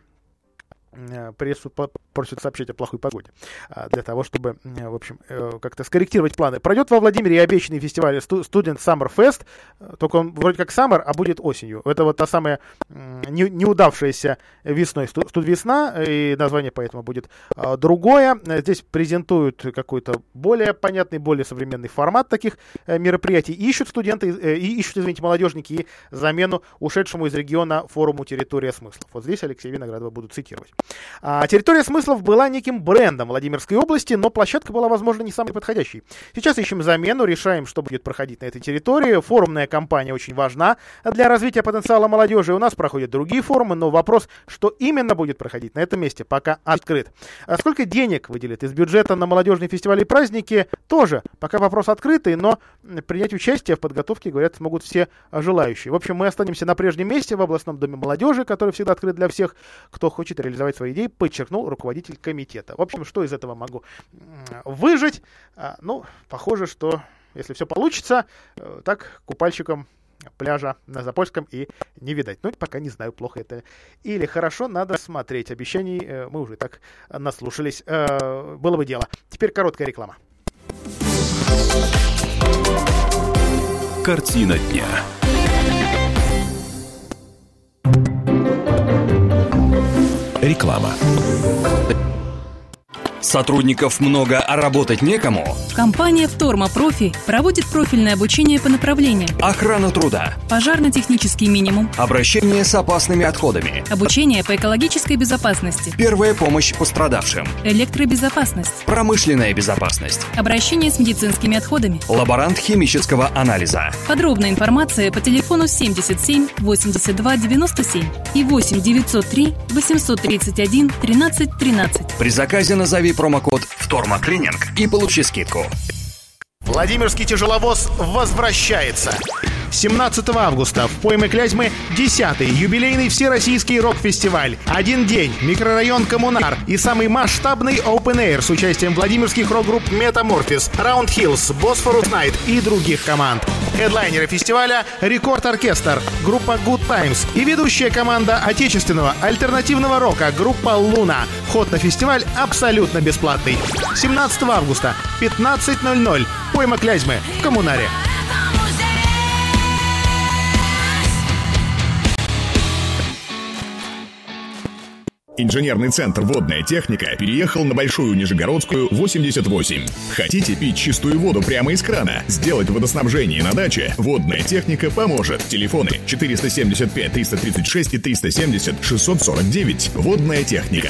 прессу просят сообщить о плохой погоде, для того, чтобы, в общем, как-то скорректировать планы. Пройдет во Владимире обещанный фестиваль Student Summer Fest, только он вроде как Summer, а будет осенью. Это вот та самая не, неудавшаяся весной Студвесна, и название поэтому будет другое. Здесь презентуют какой-то более понятный, более современный формат таких мероприятий. Ищут студенты, и ищут, извините, молодежники и замену ушедшему из региона форуму «Территория смыслов». Вот здесь Алексея Виноградова буду цитировать. А, территория смыслов была неким брендом Владимирской области, но площадка была, возможно, не самой подходящей. Сейчас ищем замену, решаем, что будет проходить на этой территории. Форумная кампания очень важна для развития потенциала молодежи. У нас проходят другие форумы, но вопрос, что именно будет проходить на этом месте, пока открыт. А сколько денег выделят из бюджета на молодежные фестивали и праздники, тоже пока вопрос открытый, но принять участие в подготовке, говорят, смогут все желающие. В общем, мы останемся на прежнем месте в областном доме молодежи, который всегда открыт для всех, кто хочет реализовать свои идеи, подчеркнул руководитель комитета. В общем, что из этого могу выжить? А, ну, похоже, что если все получится, так купальщикам пляжа на Запольском и не видать. Ну, пока не знаю, плохо это или хорошо, надо смотреть. Обещаний мы уже так наслушались. Было бы дело. Теперь короткая реклама. Картина дня. Реклама. Сотрудников много, а работать некому? Компания «Вторма Профи» проводит профильное обучение по направлениям: охрана труда, пожарно-технический минимум, обращение с опасными отходами, обучение по экологической безопасности, первая помощь пострадавшим, электробезопасность, промышленная безопасность, обращение с медицинскими отходами, лаборант химического анализа. Подробная информация по телефону семьдесят семь восемьдесят два девяносто семь и восемь девятьсот три восемьсот тридцать один тринадцать тринадцать. При заказе назови промокод «Вторма Клининг» и получи скидку. Владимирский тяжеловоз возвращается. семнадцатого августа в пойме Клязьмы десятый юбилейный всероссийский рок-фестиваль. Один день, микрорайон Коммунар и самый масштабный Open Air с участием владимирских рок-групп Метаморфис, Round Hills, Bosphorus Night и других команд. Хедлайнеры фестиваля — Рекорд Оркестр, группа Good Times и ведущая команда отечественного альтернативного рока, группа Луна. Вход на фестиваль абсолютно бесплатный. семнадцатого августа, пятнадцать ноль ноль, пойма Клязьмы в Коммунаре. Инженерный центр «Водная техника» переехал на Большую Нижегородскую, восемьдесят восемь. Хотите пить чистую воду прямо из крана? Сделать водоснабжение на даче? «Водная техника» поможет. Телефоны четыреста семьдесят пять триста тридцать шесть и триста семьдесят шестьсот сорок девять. «Водная техника».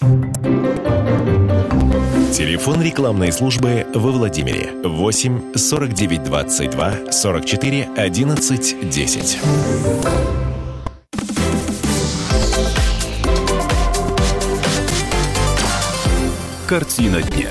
Телефон рекламной службы во Владимире восемь сорок девять двадцать два сорок четыре одиннадцать десять. Картина дня.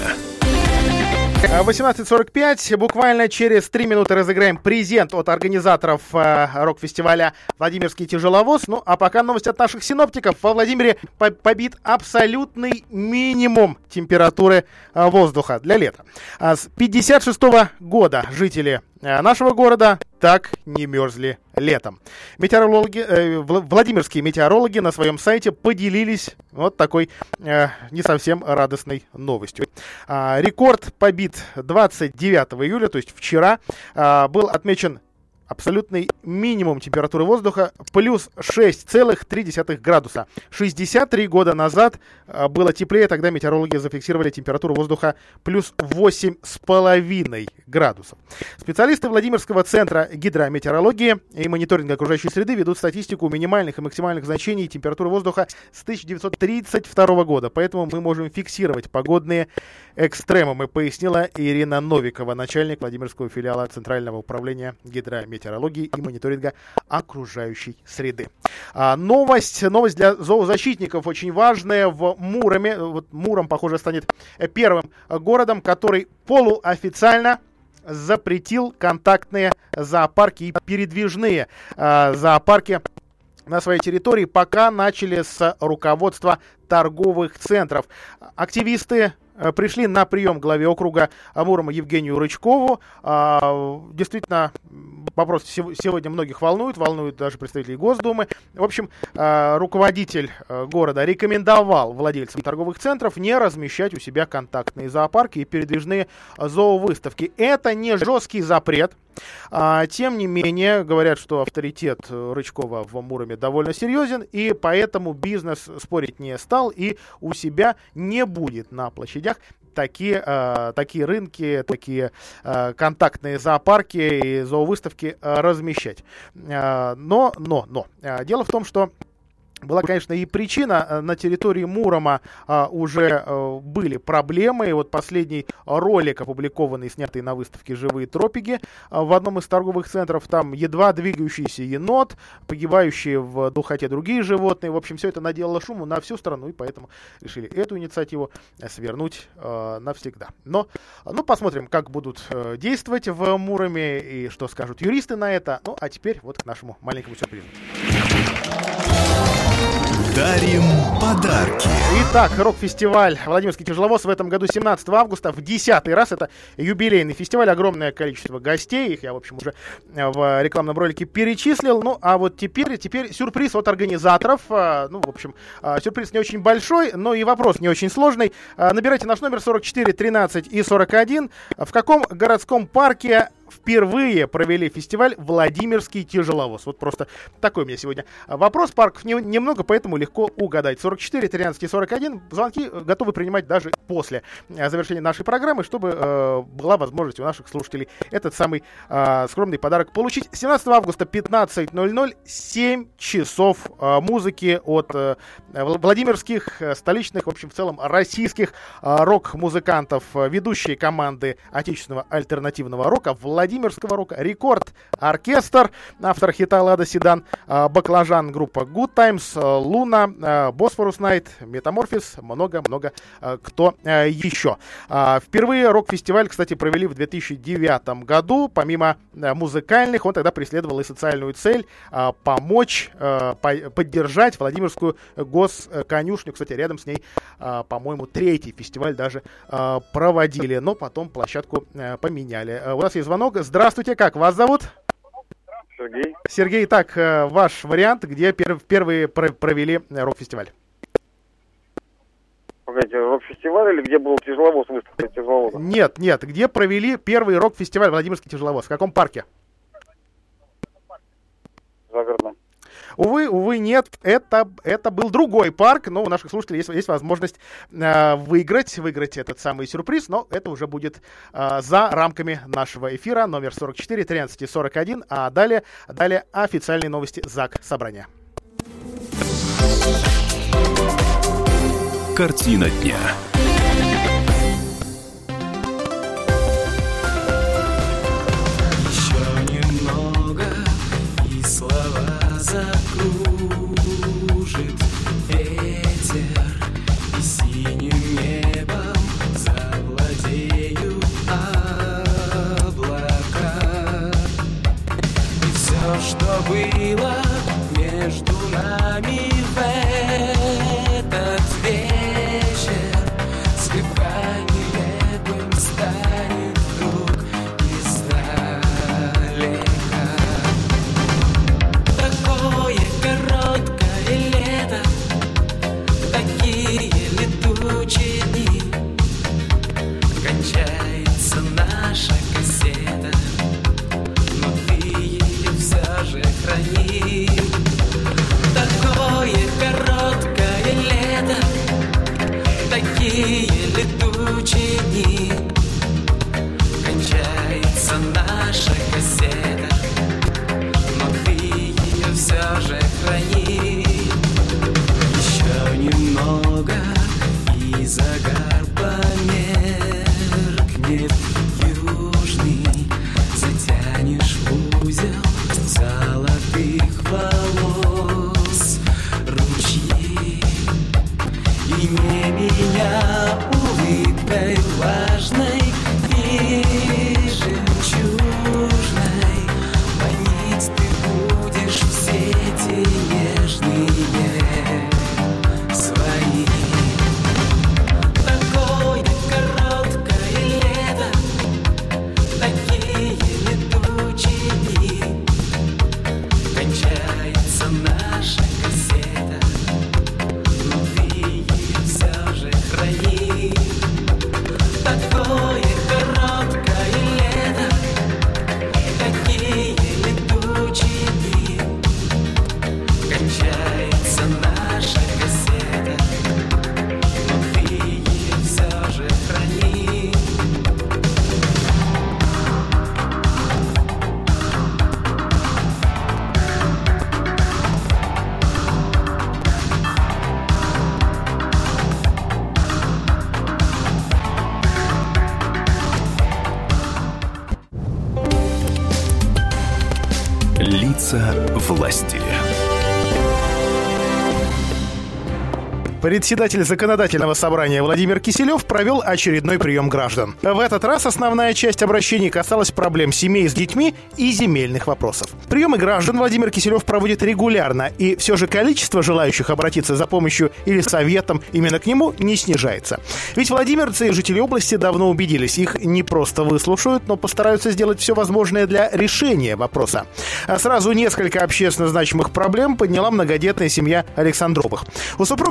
восемнадцать сорок пять. Буквально через три минуты разыграем презент от организаторов э, рок-фестиваля «Владимирский тяжеловоз». Ну, а пока новость от наших синоптиков. Во Владимире по- побит абсолютный минимум температуры э, воздуха для лета. А с пятьдесят шестого года жители э, нашего города так не мерзли летом. Метеорологи, э, владимирские метеорологи на своем сайте поделились вот такой э, не совсем радостной новостью. А, рекорд побит двадцать девятого июля, то есть вчера, а, был отмечен абсолютный минимум температуры воздуха плюс шесть целых три десятых градуса. шестьдесят три года назад а, было теплее, тогда метеорологи зафиксировали температуру воздуха плюс восемь с половиной градусов. Специалисты Владимирского центра гидрометеорологии и мониторинга окружающей среды ведут статистику минимальных и максимальных значений температуры воздуха с тысяча девятьсот тридцать второго года, поэтому мы можем фиксировать погодные экстремумы, пояснила Ирина Новикова, начальник Владимирского филиала Центрального управления гидрометеорологии и мониторинга окружающей среды. А, новость, новость для зоозащитников очень важная в Муроме. Вот Муром, похоже, станет первым городом, который полуофициально запретил контактные зоопарки и передвижные э, зоопарки на своей территории, пока начали с руководства торговых центров. Активисты э, пришли на прием к главе округа Мурома Евгению Рычкову. Э, действительно, вопрос сегодня многих волнует, волнует даже представителей Госдумы. В общем, э, руководитель э, города рекомендовал владельцам торговых центров не размещать у себя контактные зоопарки и передвижные зоовыставки. Это не жесткий запрет. А, тем не менее, говорят, что авторитет Рычкова в Муроме довольно серьезен, и поэтому бизнес спорить не стал и у себя не будет на площадях такие, э, такие рынки, такие э, контактные зоопарки и зоовыставки э, размещать. Э, но, но, но. Э, дело в том, что была, конечно, и причина. На территории Мурома а, уже а, были проблемы. И вот последний ролик, опубликованный, снятый на выставке «Живые тропики», а, в одном из торговых центров, там едва двигающийся енот, погибающие в духоте другие животные. В общем, все это наделало шуму на всю страну, и поэтому решили эту инициативу свернуть а, навсегда. Но, ну, посмотрим, как будут а, действовать в Муроме и что скажут юристы на это. Ну, а теперь вот к нашему маленькому сюрпризу. Дарим подарки. Итак, рок-фестиваль «Владимирский тяжеловоз» в этом году семнадцатого августа в десятый раз. Это юбилейный фестиваль, огромное количество гостей. Их я, в общем, уже в рекламном ролике перечислил. Ну, а вот теперь, теперь сюрприз от организаторов. Ну, в общем, сюрприз не очень большой, но и вопрос не очень сложный. Набирайте наш номер сорок четыре тринадцать и сорок один. В каком городском парке впервые провели фестиваль «Владимирский тяжеловоз». Вот просто такой у меня сегодня вопрос. Парков не, немного, поэтому легко угадать. сорок четыре тринадцать и сорок один. Звонки готовы принимать даже после завершения нашей программы, чтобы э, была возможность у наших слушателей этот самый э, скромный подарок получить. семнадцатого августа, пятнадцать ноль ноль, семь часов э, музыки от э, владимирских, э, столичных, в общем, в целом российских э, рок-музыкантов, э, ведущие команды отечественного альтернативного рока, владимирского рока, Рекорд Оркестр, автор хита «Лада Седан», э, Баклажан, группа Good Times, э, Луна, э, Босфорус Найт, Метаморфиз, много-много э, кто э, еще. Э, впервые рок-фестиваль, кстати, провели в две тысячи девятом году. Помимо э, музыкальных, он тогда преследовал и социальную цель э, помочь, э, по- поддержать Владимирскую госконюшню. Кстати, рядом с ней, э, по-моему, третий фестиваль даже э, проводили, но потом площадку э, поменяли. Э, у нас есть звонок. Здравствуйте, как вас зовут? Сергей. Сергей, так, э, ваш вариант, где пер- впервые про- провели э, рок-фестиваль? Погодите, рок-фестиваль или где был тяжеловоз, выставка тяжеловоза? Нет, нет, где провели первый рок-фестиваль «Владимирский тяжеловоз»? В каком парке? Загородном. Увы, увы, нет, это, это был другой парк, но у наших слушателей есть, есть возможность э, выиграть, выиграть этот самый сюрприз, но это уже будет э, за рамками нашего эфира, номер сорок четыре тринадцать и сорок один, а далее, далее официальные новости ЗАГС собрания. Картина дня. Закружит ветер, и синим небом завладеют облака. И все, что было между нами в этот вечер, слегка нелепым станет вдруг издалека. Такое короткое лето, такие летучие дни. Кончается наша кассета, но ты ее все же храни. Такое короткое лето, такие летучие дни. Кончается наша кассета, но ты ее все же храни. Еще немного, и загар померкнет южный. Затянешь в узел золотых волос ручьи. И не меня улыбкой влажной и жемчужной манить ты будешь в сети нежные свои. Такое короткое лето, такие летучие дни. Кончается наша кассета, но ты ее все же храни. Такое короткое лето, такие летучие дни. Кончается наша кассета, но ты ее все же храни. Лица власти. Председатель законодательного собрания Владимир Киселев провел очередной прием граждан. В этот раз основная часть обращений касалась проблем семей с детьми и земельных вопросов. Приемы граждан Владимир Киселев проводит регулярно, и все же количество желающих обратиться за помощью или советом именно к нему не снижается. Ведь владимирцы и жители области давно убедились, их не просто выслушают, но постараются сделать все возможное для решения вопроса. А сразу несколько общественно значимых проблем подняла многодетная семья Александровых. У супругов трое детей.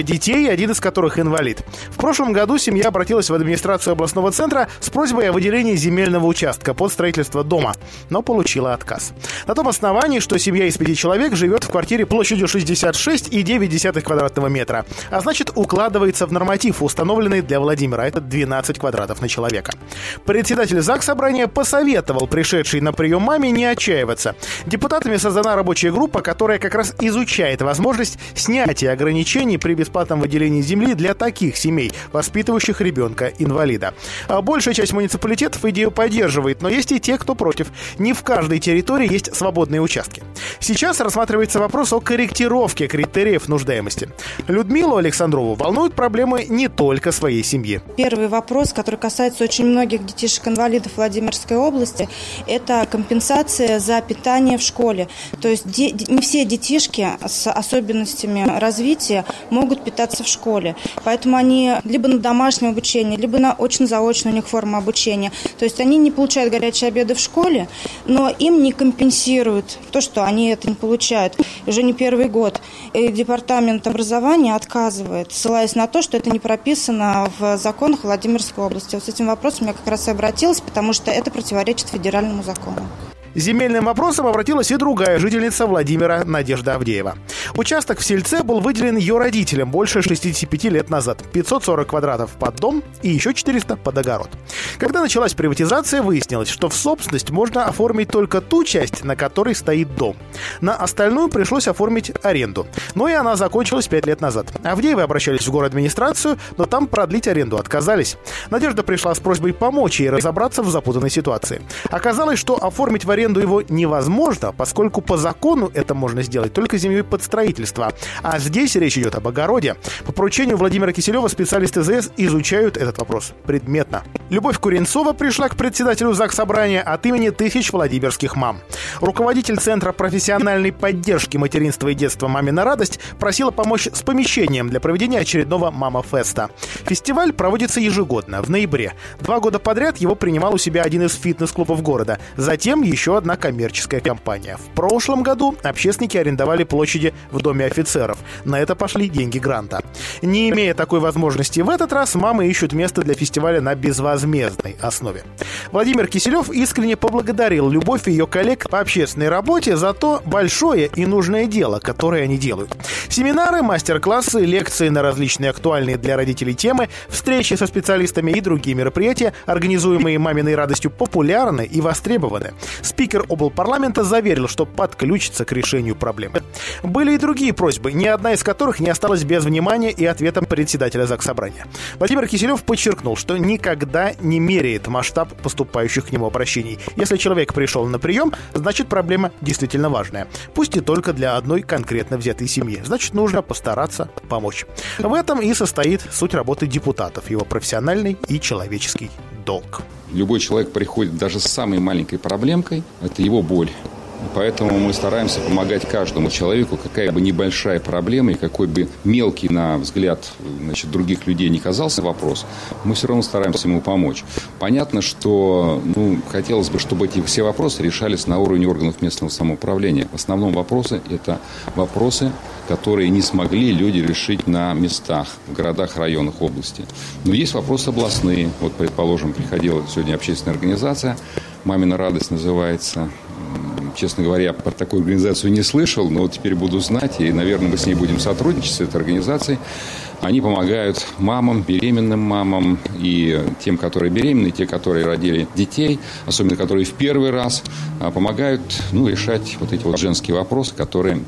детей, один из которых инвалид. В прошлом году семья обратилась в администрацию областного центра с просьбой о выделении земельного участка под строительство дома, но получила отказ. На том основании, что семья из пяти человек живет в квартире площадью шестьдесят шесть и девять десятых квадратного метра, а значит укладывается в норматив, установленный для Владимира, это двенадцать квадратов на человека. Председатель Заксобрания посоветовал пришедшей на прием маме не отчаиваться. Депутатами создана рабочая группа, которая как раз изучает возможность снятия ограничений при бесплатном выделении земли для таких семей, воспитывающих ребенка-инвалида. А большая часть муниципалитетов идею поддерживает, но есть и те, кто против. Не в каждой территории есть свободные участки. Сейчас рассматривается вопрос о корректировке критериев нуждаемости. Людмилу Александрову волнуют проблемы не только своей семьи. Первый вопрос, который касается очень многих детишек-инвалидов Владимирской области, это компенсация за питание в школе. То есть де- не все детишки с особенностями развития могут питаться в школе. Поэтому они либо на домашнем обучении, либо на очно-заочно у них форма обучения. То есть они не получают горячие обеды в школе, но им не компенсируют то, что они это не получают. Уже не первый год. И департамент образования отказывает, ссылаясь на то, что это не прописано в законах Владимирской области. Вот с этим вопросом я как раз и обратилась, потому что это противоречит федеральному закону. Земельным вопросом обратилась и другая жительница Владимира, Надежда Авдеева. Участок в Сельце был выделен ее родителям больше шестидесяти пяти лет назад. пятьсот сорок квадратов под дом и еще четыреста под огород. Когда началась приватизация, выяснилось, что в собственность можно оформить только ту часть, на которой стоит дом. На остальную пришлось оформить аренду. Но и она закончилась пять лет назад. Авдеевы обращались в городадминистрацию, но там продлить аренду отказались. Надежда пришла с просьбой помочь ей разобраться в запутанной ситуации. Оказалось, что оформить в аренду его невозможно, поскольку по закону это можно сделать только землей под строительство. А здесь речь идет об огороде. По поручению Владимира Киселева специалисты ЗС изучают этот вопрос предметно. Любовь Куренцова пришла к председателю Заксобрания от имени тысяч владимирских мам. Руководитель Центра профессиональной поддержки материнства и детства «Мамина радость» просила помочь с помещением для проведения очередного «Мама-феста». Фестиваль проводится ежегодно, в ноябре. Два года подряд его принимал у себя один из фитнес-клубов города. Затем еще одна коммерческая компания. В прошлом году общественники арендовали площади в Доме офицеров. На это пошли деньги гранта. Не имея такой возможности в этот раз, мамы ищут место для фестиваля на безвозмездной основе. Владимир Киселев искренне поблагодарил Любовь и ее коллег по общественной работе за то большое и нужное дело, которое они делают. Семинары, мастер-классы, лекции на различные актуальные для родителей темы, встречи со специалистами и другие мероприятия, организуемые «Маминой радостью», популярны и востребованы. Спикер облпарламента заверил, что подключится к решению проблемы. Были и другие просьбы, ни одна из которых не осталась без внимания и ответом председателя Заксобрания. Владимир Киселев подчеркнул, что никогда не меряет масштаб поступающих к нему обращений. Если человек пришел на прием, значит проблема действительно важная. Пусть и только для одной конкретно взятой семьи. Значит, нужно постараться помочь. В этом и состоит суть работы депутатов, его профессиональный и человеческий долг. Любой человек приходит даже с самой маленькой проблемкой, это его боль. Поэтому мы стараемся помогать каждому человеку, какая бы небольшая проблема и какой бы мелкий, на взгляд, значит, других людей не казался вопрос, мы все равно стараемся ему помочь. Понятно, что ну, хотелось бы, чтобы эти все вопросы решались на уровне органов местного самоуправления. В основном вопросы – это вопросы, которые не смогли люди решить на местах, в городах, районах области. Но есть вопросы областные. Вот, предположим, приходила сегодня общественная организация, «Мамина радость» называется. Честно говоря, про такую организацию не слышал, но вот теперь буду знать, и, наверное, мы с ней будем сотрудничать, с этой организацией. Они помогают мамам, беременным мамам, и тем, которые беременны, и те, которые родили детей, особенно которые в первый раз, помогают ну, решать вот эти вот женские вопросы, которые,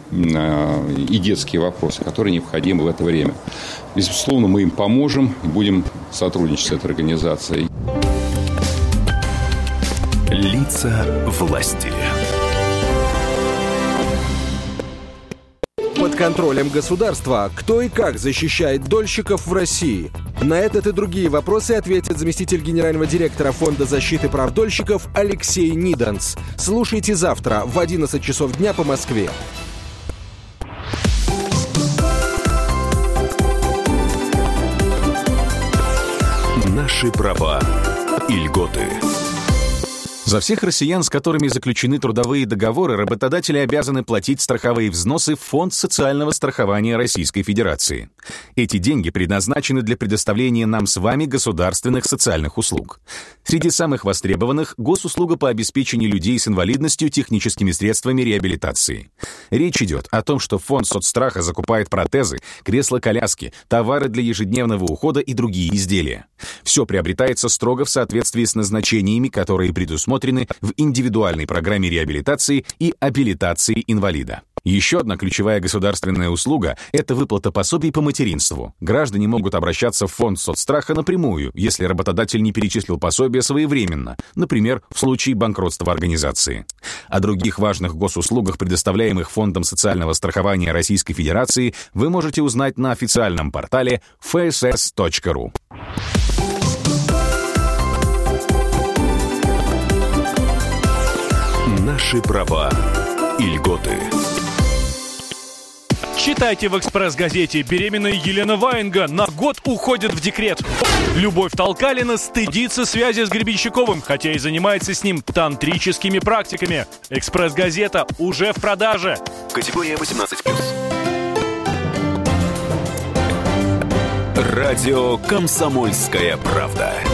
и детские вопросы, которые необходимы в это время. Безусловно, мы им поможем и будем сотрудничать с этой организацией. Лица власти. Под контролем государства. Кто и как защищает дольщиков в России? На этот и другие вопросы ответит заместитель генерального директора Фонда защиты прав дольщиков Алексей Ниданс. Слушайте завтра в одиннадцать часов дня по Москве. Наши права и льготы. За всех россиян, с которыми заключены трудовые договоры, работодатели обязаны платить страховые взносы в Фонд социального страхования Российской Федерации. Эти деньги предназначены для предоставления нам с вами государственных социальных услуг. Среди самых востребованных – госуслуга по обеспечению людей с инвалидностью техническими средствами реабилитации. Речь идет о том, что Фонд соцстраха закупает протезы, кресла-коляски, товары для ежедневного ухода и другие изделия. Все приобретается строго в соответствии с назначениями, которые предусмотрены в индивидуальной программе реабилитации и абилитации инвалида. Еще одна ключевая государственная услуга – это выплата пособий по материнству. Граждане могут обращаться в Фонд соцстраха напрямую, если работодатель не перечислил пособие своевременно, например, в случае банкротства организации. О других важных госуслугах, предоставляемых Фондом социального страхования Российской Федерации, вы можете узнать на официальном портале эф эс эс точка ру. Наши права и льготы. Читайте в «Экспресс-газете». Беременная Елена Ваенга на год уходит в декрет. Любовь Толкалина стыдится связи с Гребенщиковым, хотя и занимается с ним тантрическими практиками. «Экспресс-газета» уже в продаже. Категория восемнадцать плюс. Радио «Комсомольская правда».